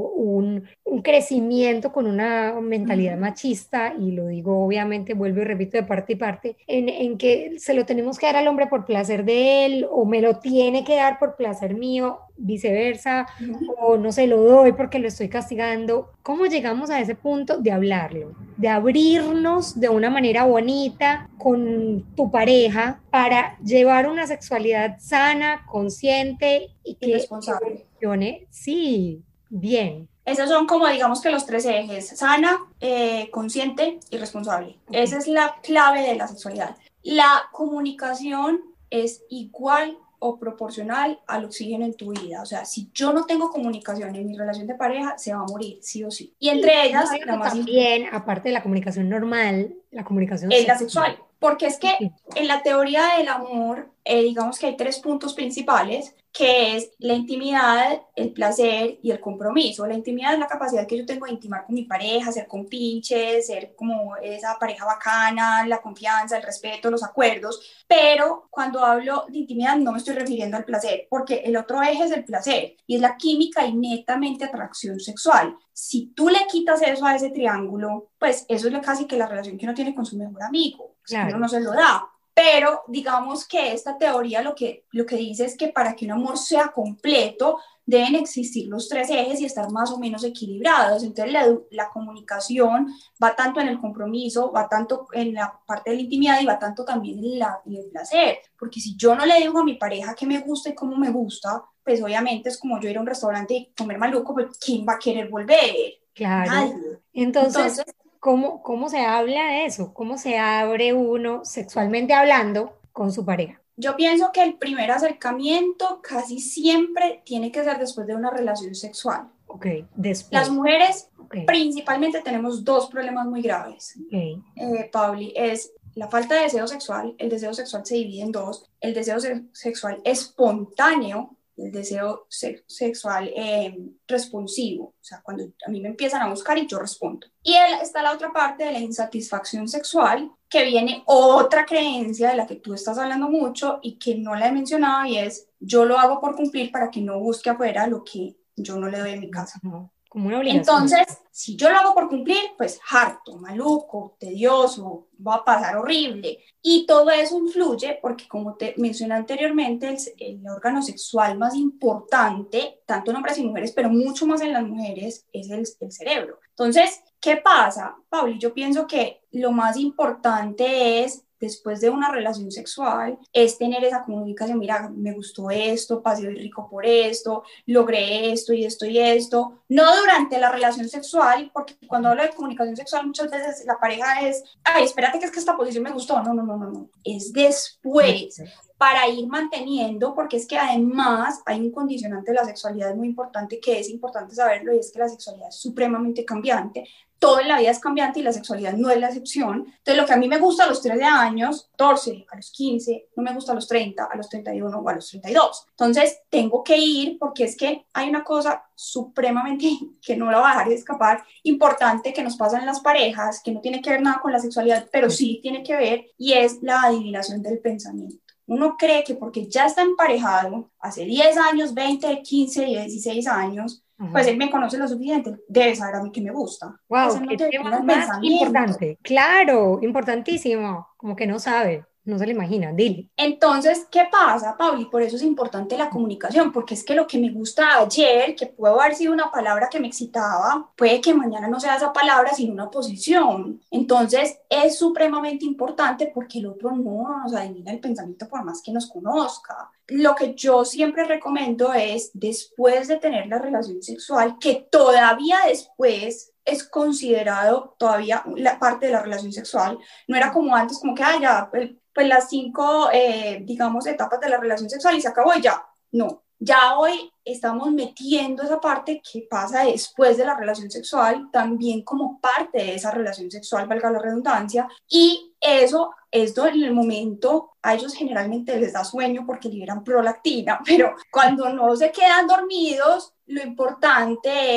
un crecimiento con una mentalidad Ujú. machista, y lo digo obviamente, vuelvo y repito de parte y parte, en que se lo tenemos que dar al hombre por placer de él, o me lo tiene que dar por placer mío, viceversa, Ujú. o no se lo doy porque lo estoy castigando. ¿Cómo llegamos a ese punto de hablarlo, de abrirnos de una manera bonita con tu pareja para llevar una sexualidad sana, consciente y que Irresponsable. evolucione? Sí, bien. Esos son como digamos que los tres ejes: sana, consciente y responsable. Ok. Esa es la clave de la sexualidad. La comunicación es igual o proporcional al oxígeno en tu vida. O sea, si yo no tengo comunicación en mi relación de pareja, se va a morir, sí o sí. Y Y entre ellas, la eso más importante también, aparte de la comunicación normal, la comunicación es la sexual. sexual. Porque es que Ok. en la teoría del amor, digamos que hay tres puntos principales, que es la intimidad, el placer y el compromiso. La intimidad es la capacidad que yo tengo de intimar con mi pareja, ser compinches, ser como esa pareja bacana, la confianza, el respeto, los acuerdos. Pero cuando hablo de intimidad no me estoy refiriendo al placer, porque el otro eje es el placer y es la química y netamente atracción sexual. Si tú le quitas eso a ese triángulo, pues eso es casi que la relación que uno tiene con su mejor amigo, pues que uno Claro. no se lo da. Pero digamos que esta teoría lo que dice es que para que un amor sea completo deben existir los tres ejes y estar más o menos equilibrados. Entonces la comunicación va tanto en el compromiso, va tanto en la parte de la intimidad y va tanto también en el placer. Porque si yo no le digo a mi pareja qué me gusta y cómo me gusta, pues obviamente es como yo ir a un restaurante y comer maluco, pues ¿quién va a querer volver? Claro. Nadie. Entonces, Entonces, ¿cómo se habla de eso? ¿Cómo se abre uno sexualmente hablando con su pareja? yo pienso que el primer acercamiento casi siempre tiene que ser después de una relación sexual. Ok, Las después. mujeres Ok, principalmente tenemos dos problemas muy graves, ok. Pauli, es la falta de deseo sexual. El deseo sexual se divide en dos: el deseo sexual espontáneo y el deseo sexual responsivo, o sea, cuando a mí me empiezan a buscar y yo respondo. Y está la otra parte de la insatisfacción sexual, que viene otra creencia de la que tú estás hablando mucho y que no la he mencionado, y es: yo lo hago por cumplir para que no busque afuera lo que yo no le doy en mi casa. No, como una obligación. Entonces, si yo lo hago por cumplir, pues harto, maluco, tedioso, va a pasar horrible. Y todo eso influye porque, como te mencioné anteriormente, el órgano sexual más importante, tanto en hombres y mujeres, pero mucho más en las mujeres, es el cerebro. Entonces, ¿qué pasa, Pauli? Yo pienso que lo más importante es, después de una relación sexual, es tener esa comunicación: mira, me gustó esto, pasé hoy rico por esto, logré esto y esto y esto. No durante la relación sexual, porque cuando hablo de comunicación sexual muchas veces la pareja es: ay, espérate, que es que esta posición me gustó. No, no, no, no, no. Es después, Después. para ir manteniendo, porque es que además hay un condicionante de la sexualidad muy importante, que es importante saberlo, y es que la sexualidad es supremamente cambiante. Todo en la vida es cambiante y la sexualidad no es la excepción. Entonces, lo que a mí me gusta a los 13 años, 14, a los 15, no me gusta a los 30, a los 31 o a los 32. Entonces, tengo que ir, porque es que hay una cosa supremamente, que no la voy a dejar de escapar, importante, que nos pasa en las parejas, que no tiene que ver nada con la sexualidad, pero sí tiene que ver, y es la adivinación del pensamiento. Uno cree que porque ya está emparejado hace 10 años, 20, 15, 16 años, pues Ajá. él me conoce lo suficiente, debe saber a mí que me gusta. Pues Wow, él no qué te tema adivina el más pensamiento. importante. Claro, importantísimo. Como que no sabe, no se le imagina. Dile. Entonces, ¿qué pasa, Pauli? Por eso es importante la comunicación, porque es que lo que me gusta ayer, que puede haber sido una palabra que me excitaba, puede que mañana no sea esa palabra, sino una posición. Entonces, es supremamente importante, porque el otro no nos adivina el pensamiento por más que nos conozca. Lo que yo siempre recomiendo es, después de tener la relación sexual, que todavía después es considerado todavía la parte de la relación sexual. No era como antes, como que, ya, pues las 5, digamos, etapas de la relación sexual y se acabó y ya. No, ya hoy estamos metiendo esa parte que pasa después de la relación sexual, también como parte de esa relación sexual, valga la redundancia, y eso es en el momento, a ellos generalmente les da sueño porque liberan prolactina, pero cuando no se quedan dormidos, lo importante es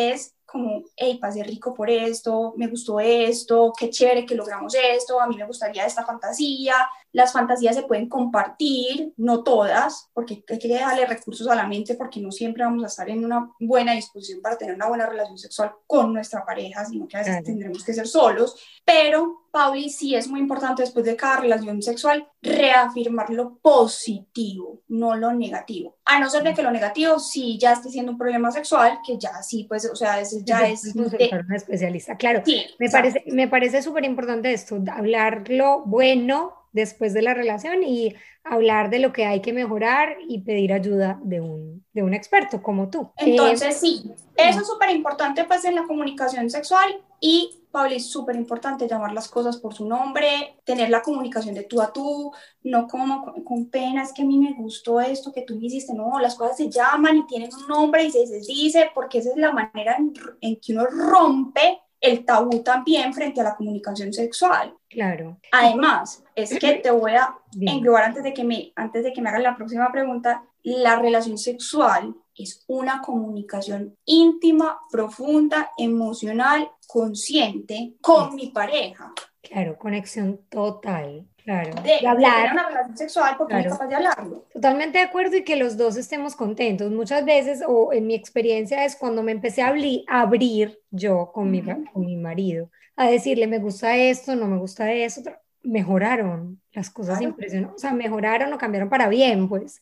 como, hey, pasé rico por esto, me gustó esto, qué chévere que logramos esto, a mí me gustaría esta fantasía. Las fantasías se pueden compartir, no todas, porque hay que darle recursos a la mente, porque no siempre vamos a estar en una buena disposición para tener una buena relación sexual con nuestra pareja, sino que a veces Claro. tendremos que ser solos. Pero, Pauli, sí es muy importante después de cada relación sexual reafirmar lo positivo, no lo negativo. A no ser de que lo negativo sí ya esté siendo un problema sexual, que ya sí, pues, o sea, ese ya es... Consultar a un especialista. Claro, Sí, exacto. me parece súper importante esto, hablar lo bueno después de la relación y hablar de lo que hay que mejorar y pedir ayuda de un experto como tú. Entonces, sí, eso es súper importante pues en la comunicación sexual y, Pablo, es súper importante llamar las cosas por su nombre, tener la comunicación de tú a tú, no como con pena, es que a mí me gustó esto que tú me hiciste, no, las cosas se llaman y tienen un nombre y se dice, porque esa es la manera en que uno rompe el tabú también frente a la comunicación sexual. Claro. Además, es que te voy a Dime. englobar antes de que me hagas la próxima pregunta, la relación sexual es una comunicación íntima, profunda, emocional, consciente con mi pareja. Claro, conexión total, claro. Y De tener hablar, una relación sexual porque no es claro. capaz de hablarlo. Totalmente de acuerdo y que los dos estemos contentos. Muchas veces, o en mi experiencia, es cuando me empecé a abrir yo con mi marido, a decirle, me gusta esto, no me gusta eso, mejoraron las cosas Claro. impresionantes, o sea, mejoraron o cambiaron para bien, pues,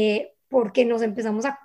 porque nos empezamos a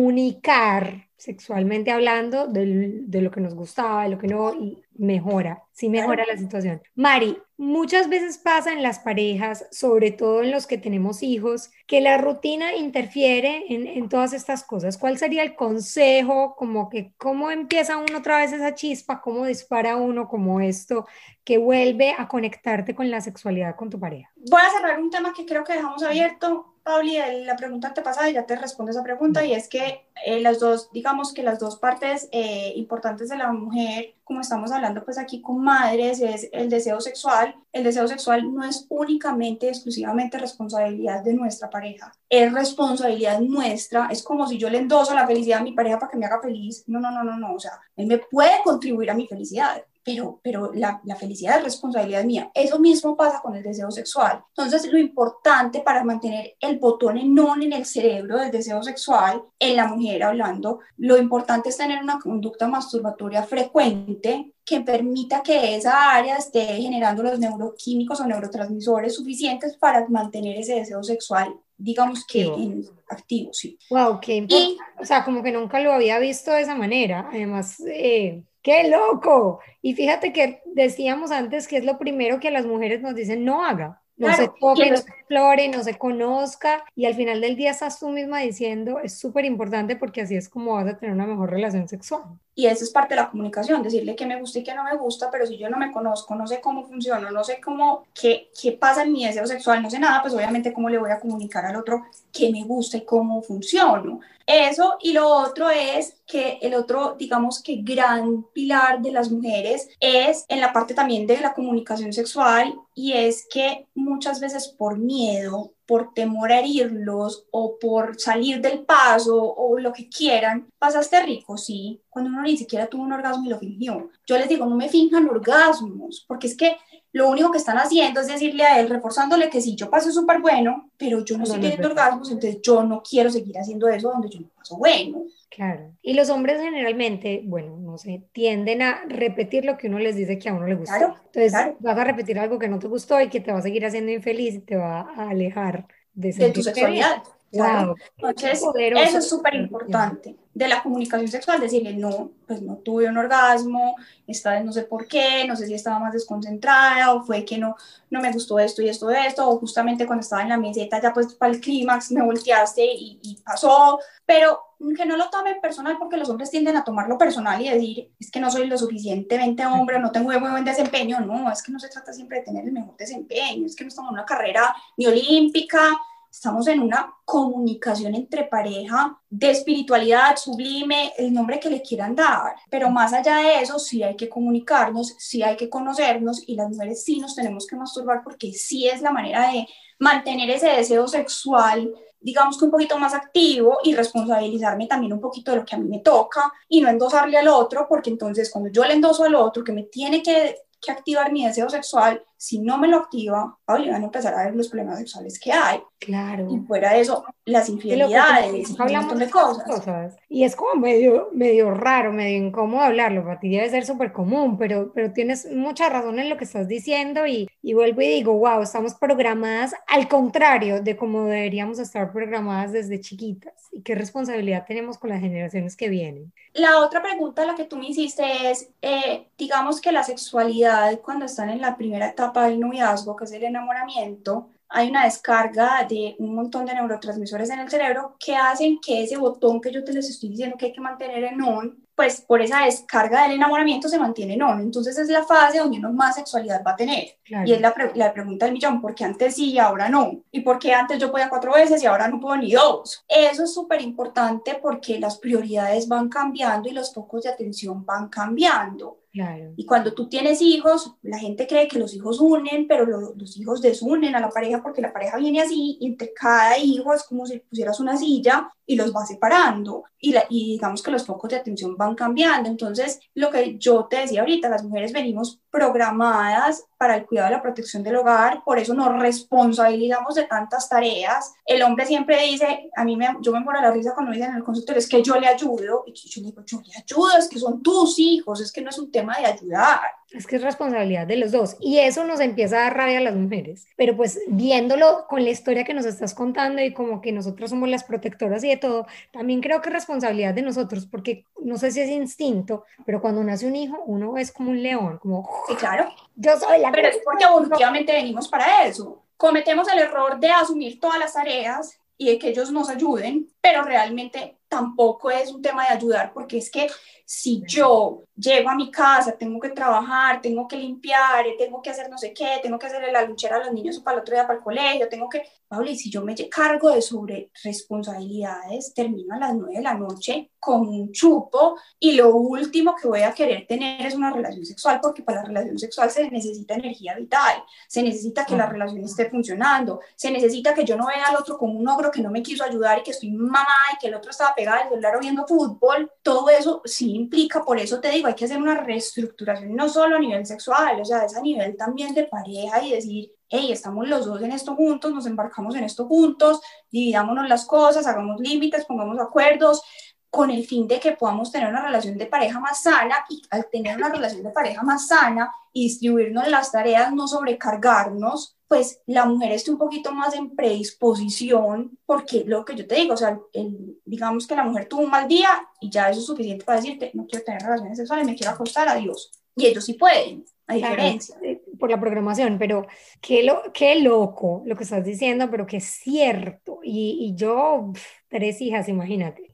comunicar sexualmente hablando de lo que nos gustaba, de lo que no, y mejora, sí mejora Claro. la situación. Mari, muchas veces pasa en las parejas, sobre todo en los que tenemos hijos, que la rutina interfiere en todas estas cosas. ¿Cuál sería el consejo? Como que, ¿cómo empieza uno otra vez esa chispa? ¿Cómo dispara uno como esto que vuelve a conectarte con la sexualidad con tu pareja? Voy a cerrar un tema que creo que dejamos abierto, Pauli, de la pregunta antepasada, y ya te respondo esa pregunta, y es que las dos, digamos que las dos partes importantes de la mujer, como estamos hablando pues aquí con madres, es el deseo sexual. El deseo sexual no es únicamente, exclusivamente responsabilidad de nuestra pareja, es responsabilidad nuestra. Es como si yo le endoso la felicidad a mi pareja para que me haga feliz. No, no, no, no, no, o sea, él me puede contribuir a mi felicidad, pero la felicidad es responsabilidad mía. Eso mismo pasa con el deseo sexual. Entonces, lo importante para mantener el botón en on en el cerebro del deseo sexual, en la mujer hablando, lo importante es tener una conducta masturbatoria frecuente que permita que esa área esté generando los neuroquímicos o neurotransmisores suficientes para mantener ese deseo sexual, digamos que Digo, en activo, sí. wow, qué importante. Y O sea, como que nunca lo había visto de esa manera. Además, ¡qué loco! Y fíjate que decíamos antes que es lo primero que a las mujeres nos dicen no haga. No se claro, toque, no se explore, no se conozca. Y al final del día estás tú misma diciendo, es súper importante porque así es como vas a tener una mejor relación sexual. y eso es parte de la comunicación, decirle qué me gusta y qué no me gusta, pero si yo no me conozco, no sé cómo funciona, no sé cómo, qué pasa en mi deseo sexual, no sé nada, pues obviamente cómo le voy a comunicar al otro qué me gusta y cómo funciono. Eso, y lo otro es que el otro, digamos que gran pilar de las mujeres es en la parte también de la comunicación sexual, y es que muchas veces por miedo, por temor a herirlos o por salir del paso o lo que quieran, pasaste rico, sí, cuando uno ni siquiera tuvo un orgasmo y lo fingió. Yo les digo, no me finjan orgasmos, porque es que lo único que están haciendo es decirle a él, reforzándole que sí, yo paso súper bueno, pero yo no No, estoy no es teniendo verdad. orgasmos, entonces yo no quiero seguir haciendo eso donde yo no paso bueno. Claro. Y los hombres generalmente, bueno, no sé, tienden a repetir lo que uno les dice que a uno le gustó. Claro, Entonces, claro, vas a repetir algo que no te gustó y que te va a seguir haciendo infeliz y te va a alejar de de tu sentirte bien. sexualidad, claro. Wow, qué Entonces, eso poderoso es lo que súper estás diciendo. importante de la comunicación sexual, decirle, no, pues no tuve un orgasmo, esta vez no sé por qué, no sé si estaba más desconcentrada o fue que no me gustó esto y esto de esto, o justamente cuando estaba en la meseta ya pues para el clímax me volteaste y pasó, pero que no lo tomen personal porque los hombres tienden a tomarlo personal y decir, es que no soy lo suficientemente hombre, no tengo muy buen desempeño. No, es que no se trata siempre de tener el mejor desempeño, es que no estamos en una carrera ni olímpica, estamos en una comunicación entre pareja de espiritualidad sublime, el nombre que le quieran dar, pero más allá de eso sí hay que comunicarnos, sí hay que conocernos, y las mujeres sí nos tenemos que masturbar porque sí es la manera de mantener ese deseo sexual digamos que un poquito más activo y responsabilizarme también un poquito de lo que a mí me toca y no endosarle al otro, porque entonces cuando yo le endoso al otro que me tiene que activar mi deseo sexual, si no me lo activa, van a empezar a ver los problemas sexuales que hay. Y Claro. fuera de eso, las Qué loco, como que infidelidades y nunca un hablamos montón de de estas cosas. cosas. Y es como medio raro, medio incómodo hablarlo. Para ti debe ser súper común, pero tienes mucha razón en lo que estás diciendo y vuelvo y digo, wow, estamos programadas al contrario de como deberíamos estar programadas desde chiquitas. Y qué responsabilidad tenemos con las generaciones que vienen. La otra pregunta, la que tú me hiciste es, digamos que la sexualidad cuando están en la primera etapa del noviazgo, que es el enamoramiento, hay una descarga de un montón de neurotransmisores en el cerebro que hacen que ese botón que yo te les estoy diciendo que hay que mantener en on, pues por esa descarga del enamoramiento se mantiene en on. Entonces es la fase donde uno más sexualidad va a tener. Y es Claro. la pregunta del millón, ¿por qué antes sí y ahora no? ¿Y por qué antes yo podía 4 veces y ahora no puedo ni 2? Eso es súper importante porque las prioridades van cambiando y los focos de atención van cambiando. Claro. Y cuando tú tienes hijos, la gente cree que los hijos unen, pero los hijos desunen a la pareja porque la pareja viene así, y entre cada hijo es como si pusieras una silla y los va separando. Y digamos que los focos de atención van cambiando. Entonces, lo que yo te decía ahorita, las mujeres venimos programadas para el cuidado y la protección del hogar, por eso nos responsabilizamos de tantas tareas. El hombre siempre dice, yo me muero la risa cuando me dicen en el consultorio, es que yo le ayudo, y yo le digo, yo le ayudo, es que son tus hijos, es que no es un tema de ayudar. Es que es responsabilidad de los dos y eso nos empieza a dar rabia a las mujeres, pero pues viéndolo con la historia que nos estás contando y como que nosotros somos las protectoras y de todo, también creo que es responsabilidad de nosotros porque no sé si es instinto, pero cuando nace un hijo uno es como un león, como Sí, claro, yo soy la pero que... es porque evolutivamente venimos para eso. Cometemos el error de asumir todas las tareas y de que ellos nos ayuden, pero realmente tampoco es un tema de ayudar, porque es que si yo llego a mi casa, tengo que trabajar, tengo que limpiar, tengo que hacer no sé qué, tengo que hacerle la lonchera a los niños para el otro día para el colegio, Pablo, y si yo me cargo de sobre responsabilidades, termino a las 9 de la noche con un chupo y lo último que voy a querer tener es una relación sexual, porque para la relación sexual se necesita energía vital, se necesita que la relación esté funcionando, se necesita que yo no vea al otro como un ogro que no me quiso ayudar y que estoy mamá y que el otro estaba pegado al celular o viendo fútbol. Todo eso sí implica, por eso te digo, hay que hacer una reestructuración no solo a nivel sexual, o sea, es a nivel también de pareja y decir, hey, estamos los dos en esto juntos, nos embarcamos en esto juntos, dividámonos las cosas, hagamos límites, pongamos acuerdos, con el fin de que podamos tener una relación de pareja más sana, y al tener una relación de pareja más sana y distribuirnos las tareas, no sobrecargarnos, pues la mujer esté un poquito más en predisposición, porque lo que yo te digo, o sea, digamos que la mujer tuvo un mal día y ya eso es suficiente para decirte, no quiero tener relaciones sexuales, me quiero acostar, adiós. Y ellos sí pueden, a Claro, diferencia. por la programación, pero qué loco lo que estás diciendo, pero que es cierto. Y yo, 3 hijas, imagínate.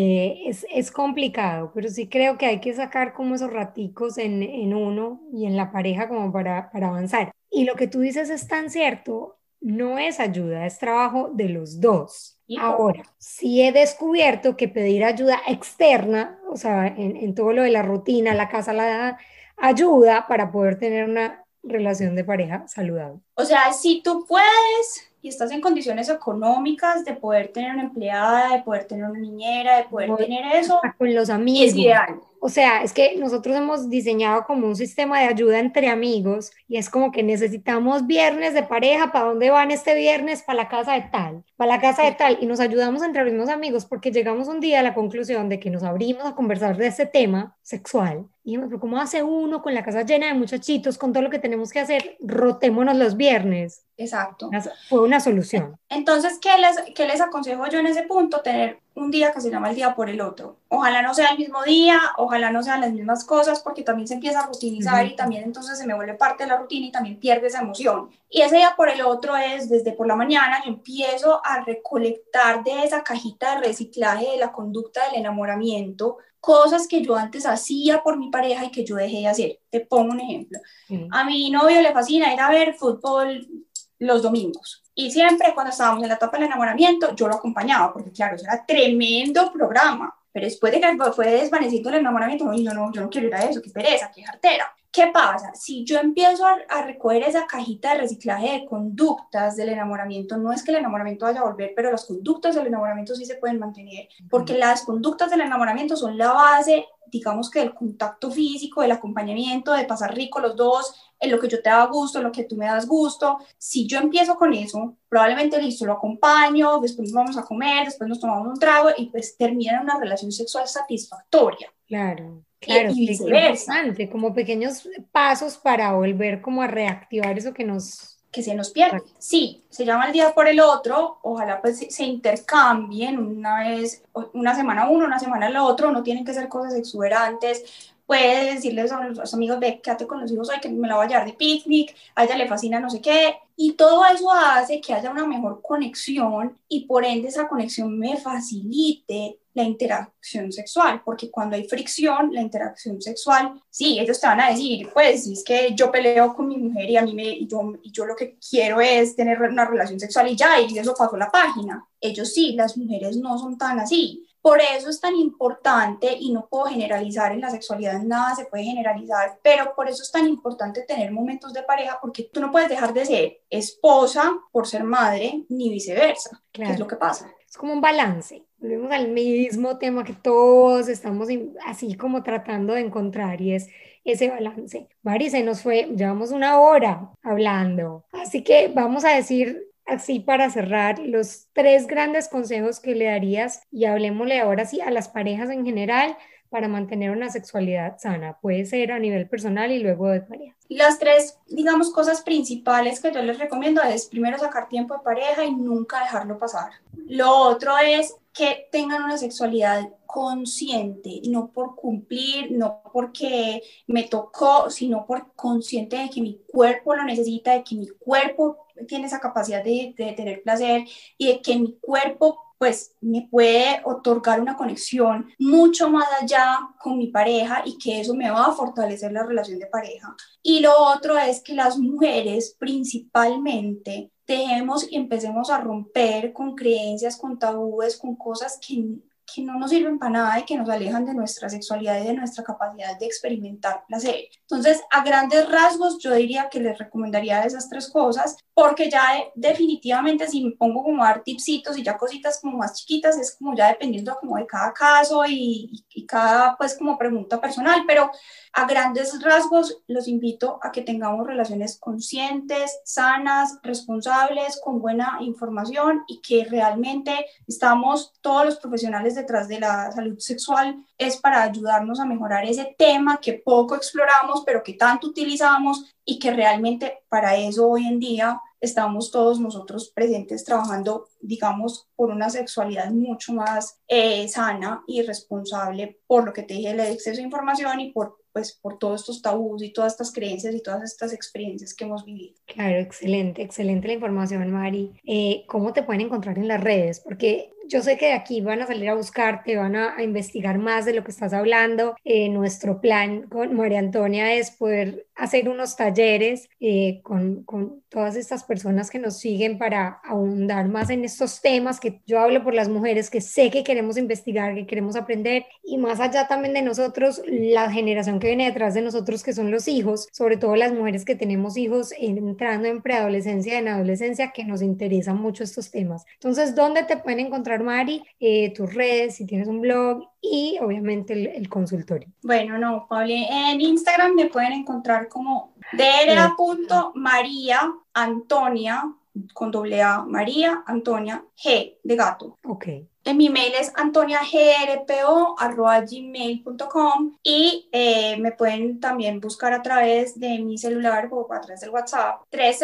Es complicado, pero sí creo que hay que sacar como esos raticos en uno y en la pareja como para avanzar. Y lo que tú dices es tan cierto, no es ayuda, es trabajo de los dos. Hijo. Ahora, sí he descubierto que pedir ayuda externa, o sea, en todo lo de la rutina, la casa, la ayuda para poder tener una relación de pareja saludable. O sea, si tú puedes y estás en condiciones económicas de poder tener una empleada, de poder tener una niñera, de poder O tener eso, hasta con los es amigos. ideal. O sea, es que nosotros hemos diseñado como un sistema de ayuda entre amigos y es como que necesitamos viernes de pareja, ¿para dónde van este viernes? Para la casa de tal, para la casa de tal y nos ayudamos entre los mismos amigos porque llegamos un día a la conclusión de que nos abrimos a conversar de este tema sexual y dijimos, pero ¿cómo hace uno con la casa llena de muchachitos, con todo lo que tenemos que hacer? Rotémonos los viernes. Exacto. Fue una solución. Entonces, ¿qué les aconsejo yo en ese punto? Tener un día que se llama el día por el otro. Ojalá no sea el mismo día, ojalá no sean las mismas cosas, porque también se empieza a rutinizar y también entonces se me vuelve parte de la rutina y también pierde esa emoción. Y ese día por el otro es desde por la mañana yo empiezo a recolectar de esa cajita de reciclaje de la conducta del enamoramiento cosas que yo antes hacía por mi pareja y que yo dejé de hacer. Te pongo un ejemplo. A mi novio le fascina ir a ver fútbol los domingos. Y siempre cuando estábamos en la etapa del enamoramiento, yo lo acompañaba, porque claro, eso era tremendo programa. Pero después de que fue desvaneciendo el enamoramiento, no, yo no quiero ir a eso, qué pereza, qué jartera. ¿Qué pasa? Si yo empiezo a recoger esa cajita de reciclaje de conductas del enamoramiento, no es que el enamoramiento vaya a volver, pero las conductas del enamoramiento sí se pueden mantener, porque las conductas del enamoramiento son la base, digamos que del contacto físico, del acompañamiento, de pasar rico los dos, en lo que yo te da gusto, en lo que tú me das gusto. Si yo empiezo con eso, probablemente listo, lo acompaño, después vamos a comer, después nos tomamos un trago y pues termina en una relación sexual satisfactoria. Claro, claro, Y qué viceversa. importante, como pequeños pasos para volver como a reactivar eso que nos... Que se nos pierde. Sí, se llama el día por el otro, ojalá pues se intercambien una vez, una semana uno, una semana el otro, no tienen que ser cosas exuberantes. Puedes decirles a los amigos, ve, quédate con los hijos hoy que me la voy a llevar de picnic, a ella le fascina no sé qué, y todo eso hace que haya una mejor conexión y por ende esa conexión me facilite la interacción sexual, porque cuando hay fricción, la interacción sexual, sí, ellos te van a decir, pues, es que yo peleo con mi mujer y a mí yo lo que quiero es tener una relación sexual y ya, y eso pasó la página. Ellos sí, las mujeres no son tan así. Por eso es tan importante, y no puedo generalizar en la sexualidad, nada se puede generalizar, pero por eso es tan importante tener momentos de pareja, porque tú no puedes dejar de ser esposa por ser madre, ni viceversa, que es lo Claro, que pasa. es como un balance. Volvemos al mismo tema que todos estamos así como tratando de encontrar y es ese balance. Mari, se nos fue, llevamos una hora hablando, así que vamos a decir así para cerrar los tres grandes consejos que le darías y hablemosle ahora sí a las parejas en general para mantener una sexualidad sana. Puede ser a nivel personal y luego de pareja. Las tres, digamos, cosas principales que yo les recomiendo es primero sacar tiempo de pareja y nunca dejarlo pasar. Lo otro es que tengan una sexualidad consciente, no por cumplir, no porque me tocó, sino por consciente de que mi cuerpo lo necesita, de que mi cuerpo tiene esa capacidad de tener placer y de que mi cuerpo pues me puede otorgar una conexión mucho más allá con mi pareja y que eso me va a fortalecer la relación de pareja. Y lo otro es que las mujeres principalmente dejemos y empecemos a romper con creencias, con tabúes, con cosas que no nos sirven para nada y que nos alejan de nuestra sexualidad y de nuestra capacidad de experimentar placer. Entonces, a grandes rasgos, yo diría que les recomendaría esas tres cosas, porque ya definitivamente si me pongo como a dar tipsitos y ya cositas como más chiquitas, es como ya dependiendo como de cada caso y cada pues como pregunta personal, pero a grandes rasgos los invito a que tengamos relaciones conscientes, sanas, responsables, con buena información y que realmente estamos todos los profesionales detrás de la salud sexual es para ayudarnos a mejorar ese tema que poco exploramos pero que tanto utilizamos y que realmente para eso hoy en día estamos todos nosotros presentes trabajando, digamos, por una sexualidad mucho más sana y responsable por lo que te dije, el exceso de información y por todos estos tabús y todas estas creencias y todas estas experiencias que hemos vivido. Claro, excelente, excelente la información, Mari. ¿Cómo te pueden encontrar en las redes? Porque yo sé que de aquí van a salir a buscarte, van a investigar más de lo que estás hablando. Nuestro plan con María Antonia es poder hacer unos talleres con todas estas personas que nos siguen para ahondar más en estos temas que yo hablo por las mujeres que sé que queremos investigar, que queremos aprender y más allá también de nosotros, la generación que viene detrás de nosotros, que son los hijos, sobre todo las mujeres que tenemos hijos entrando en preadolescencia, en adolescencia, que nos interesan mucho estos temas. Entonces, ¿dónde te pueden encontrar, Mari? Tus redes, si tienes un blog y obviamente el consultorio. Bueno, no, Pablo, en Instagram me pueden encontrar como Eh, dra.mariaantonia, con doble A, María Antonia G de gato. ok. En mi mail es antoniagrpo@gmail.com y me pueden también buscar a través de mi celular o a través del WhatsApp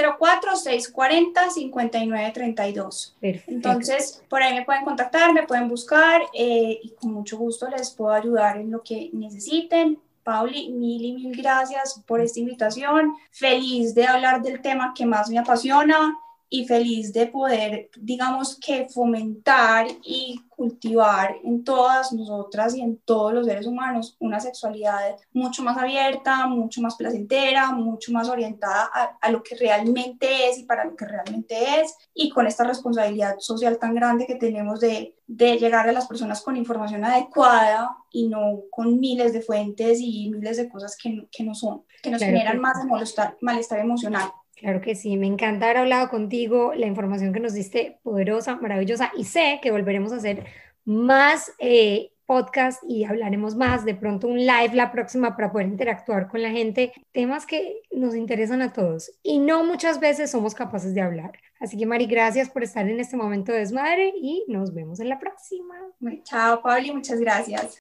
304-640-5932. Perfecto. Entonces, por ahí me pueden contactar, me pueden buscar y con mucho gusto les puedo ayudar en lo que necesiten. Pauli, mil y mil gracias por esta invitación. Feliz de hablar del tema que más me apasiona y feliz de poder, digamos que fomentar y cultivar en todas nosotras y en todos los seres humanos una sexualidad mucho más abierta, mucho más placentera, mucho más orientada a lo que realmente es y para lo que realmente es, y con esta responsabilidad social tan grande que tenemos de llegar a las personas con información adecuada y no con miles de fuentes y miles de cosas que no son, que nos Claro generan que más de malestar emocional. Claro que sí, me encanta haber hablado contigo, la información que nos diste poderosa, maravillosa, y sé que volveremos a hacer más podcast y hablaremos más, de pronto un live la próxima para poder interactuar con la gente, temas que nos interesan a todos y no muchas veces somos capaces de hablar. Así que Mari, gracias por estar en este momento de desmadre y nos vemos en la próxima. Chao, Pablo, muchas gracias.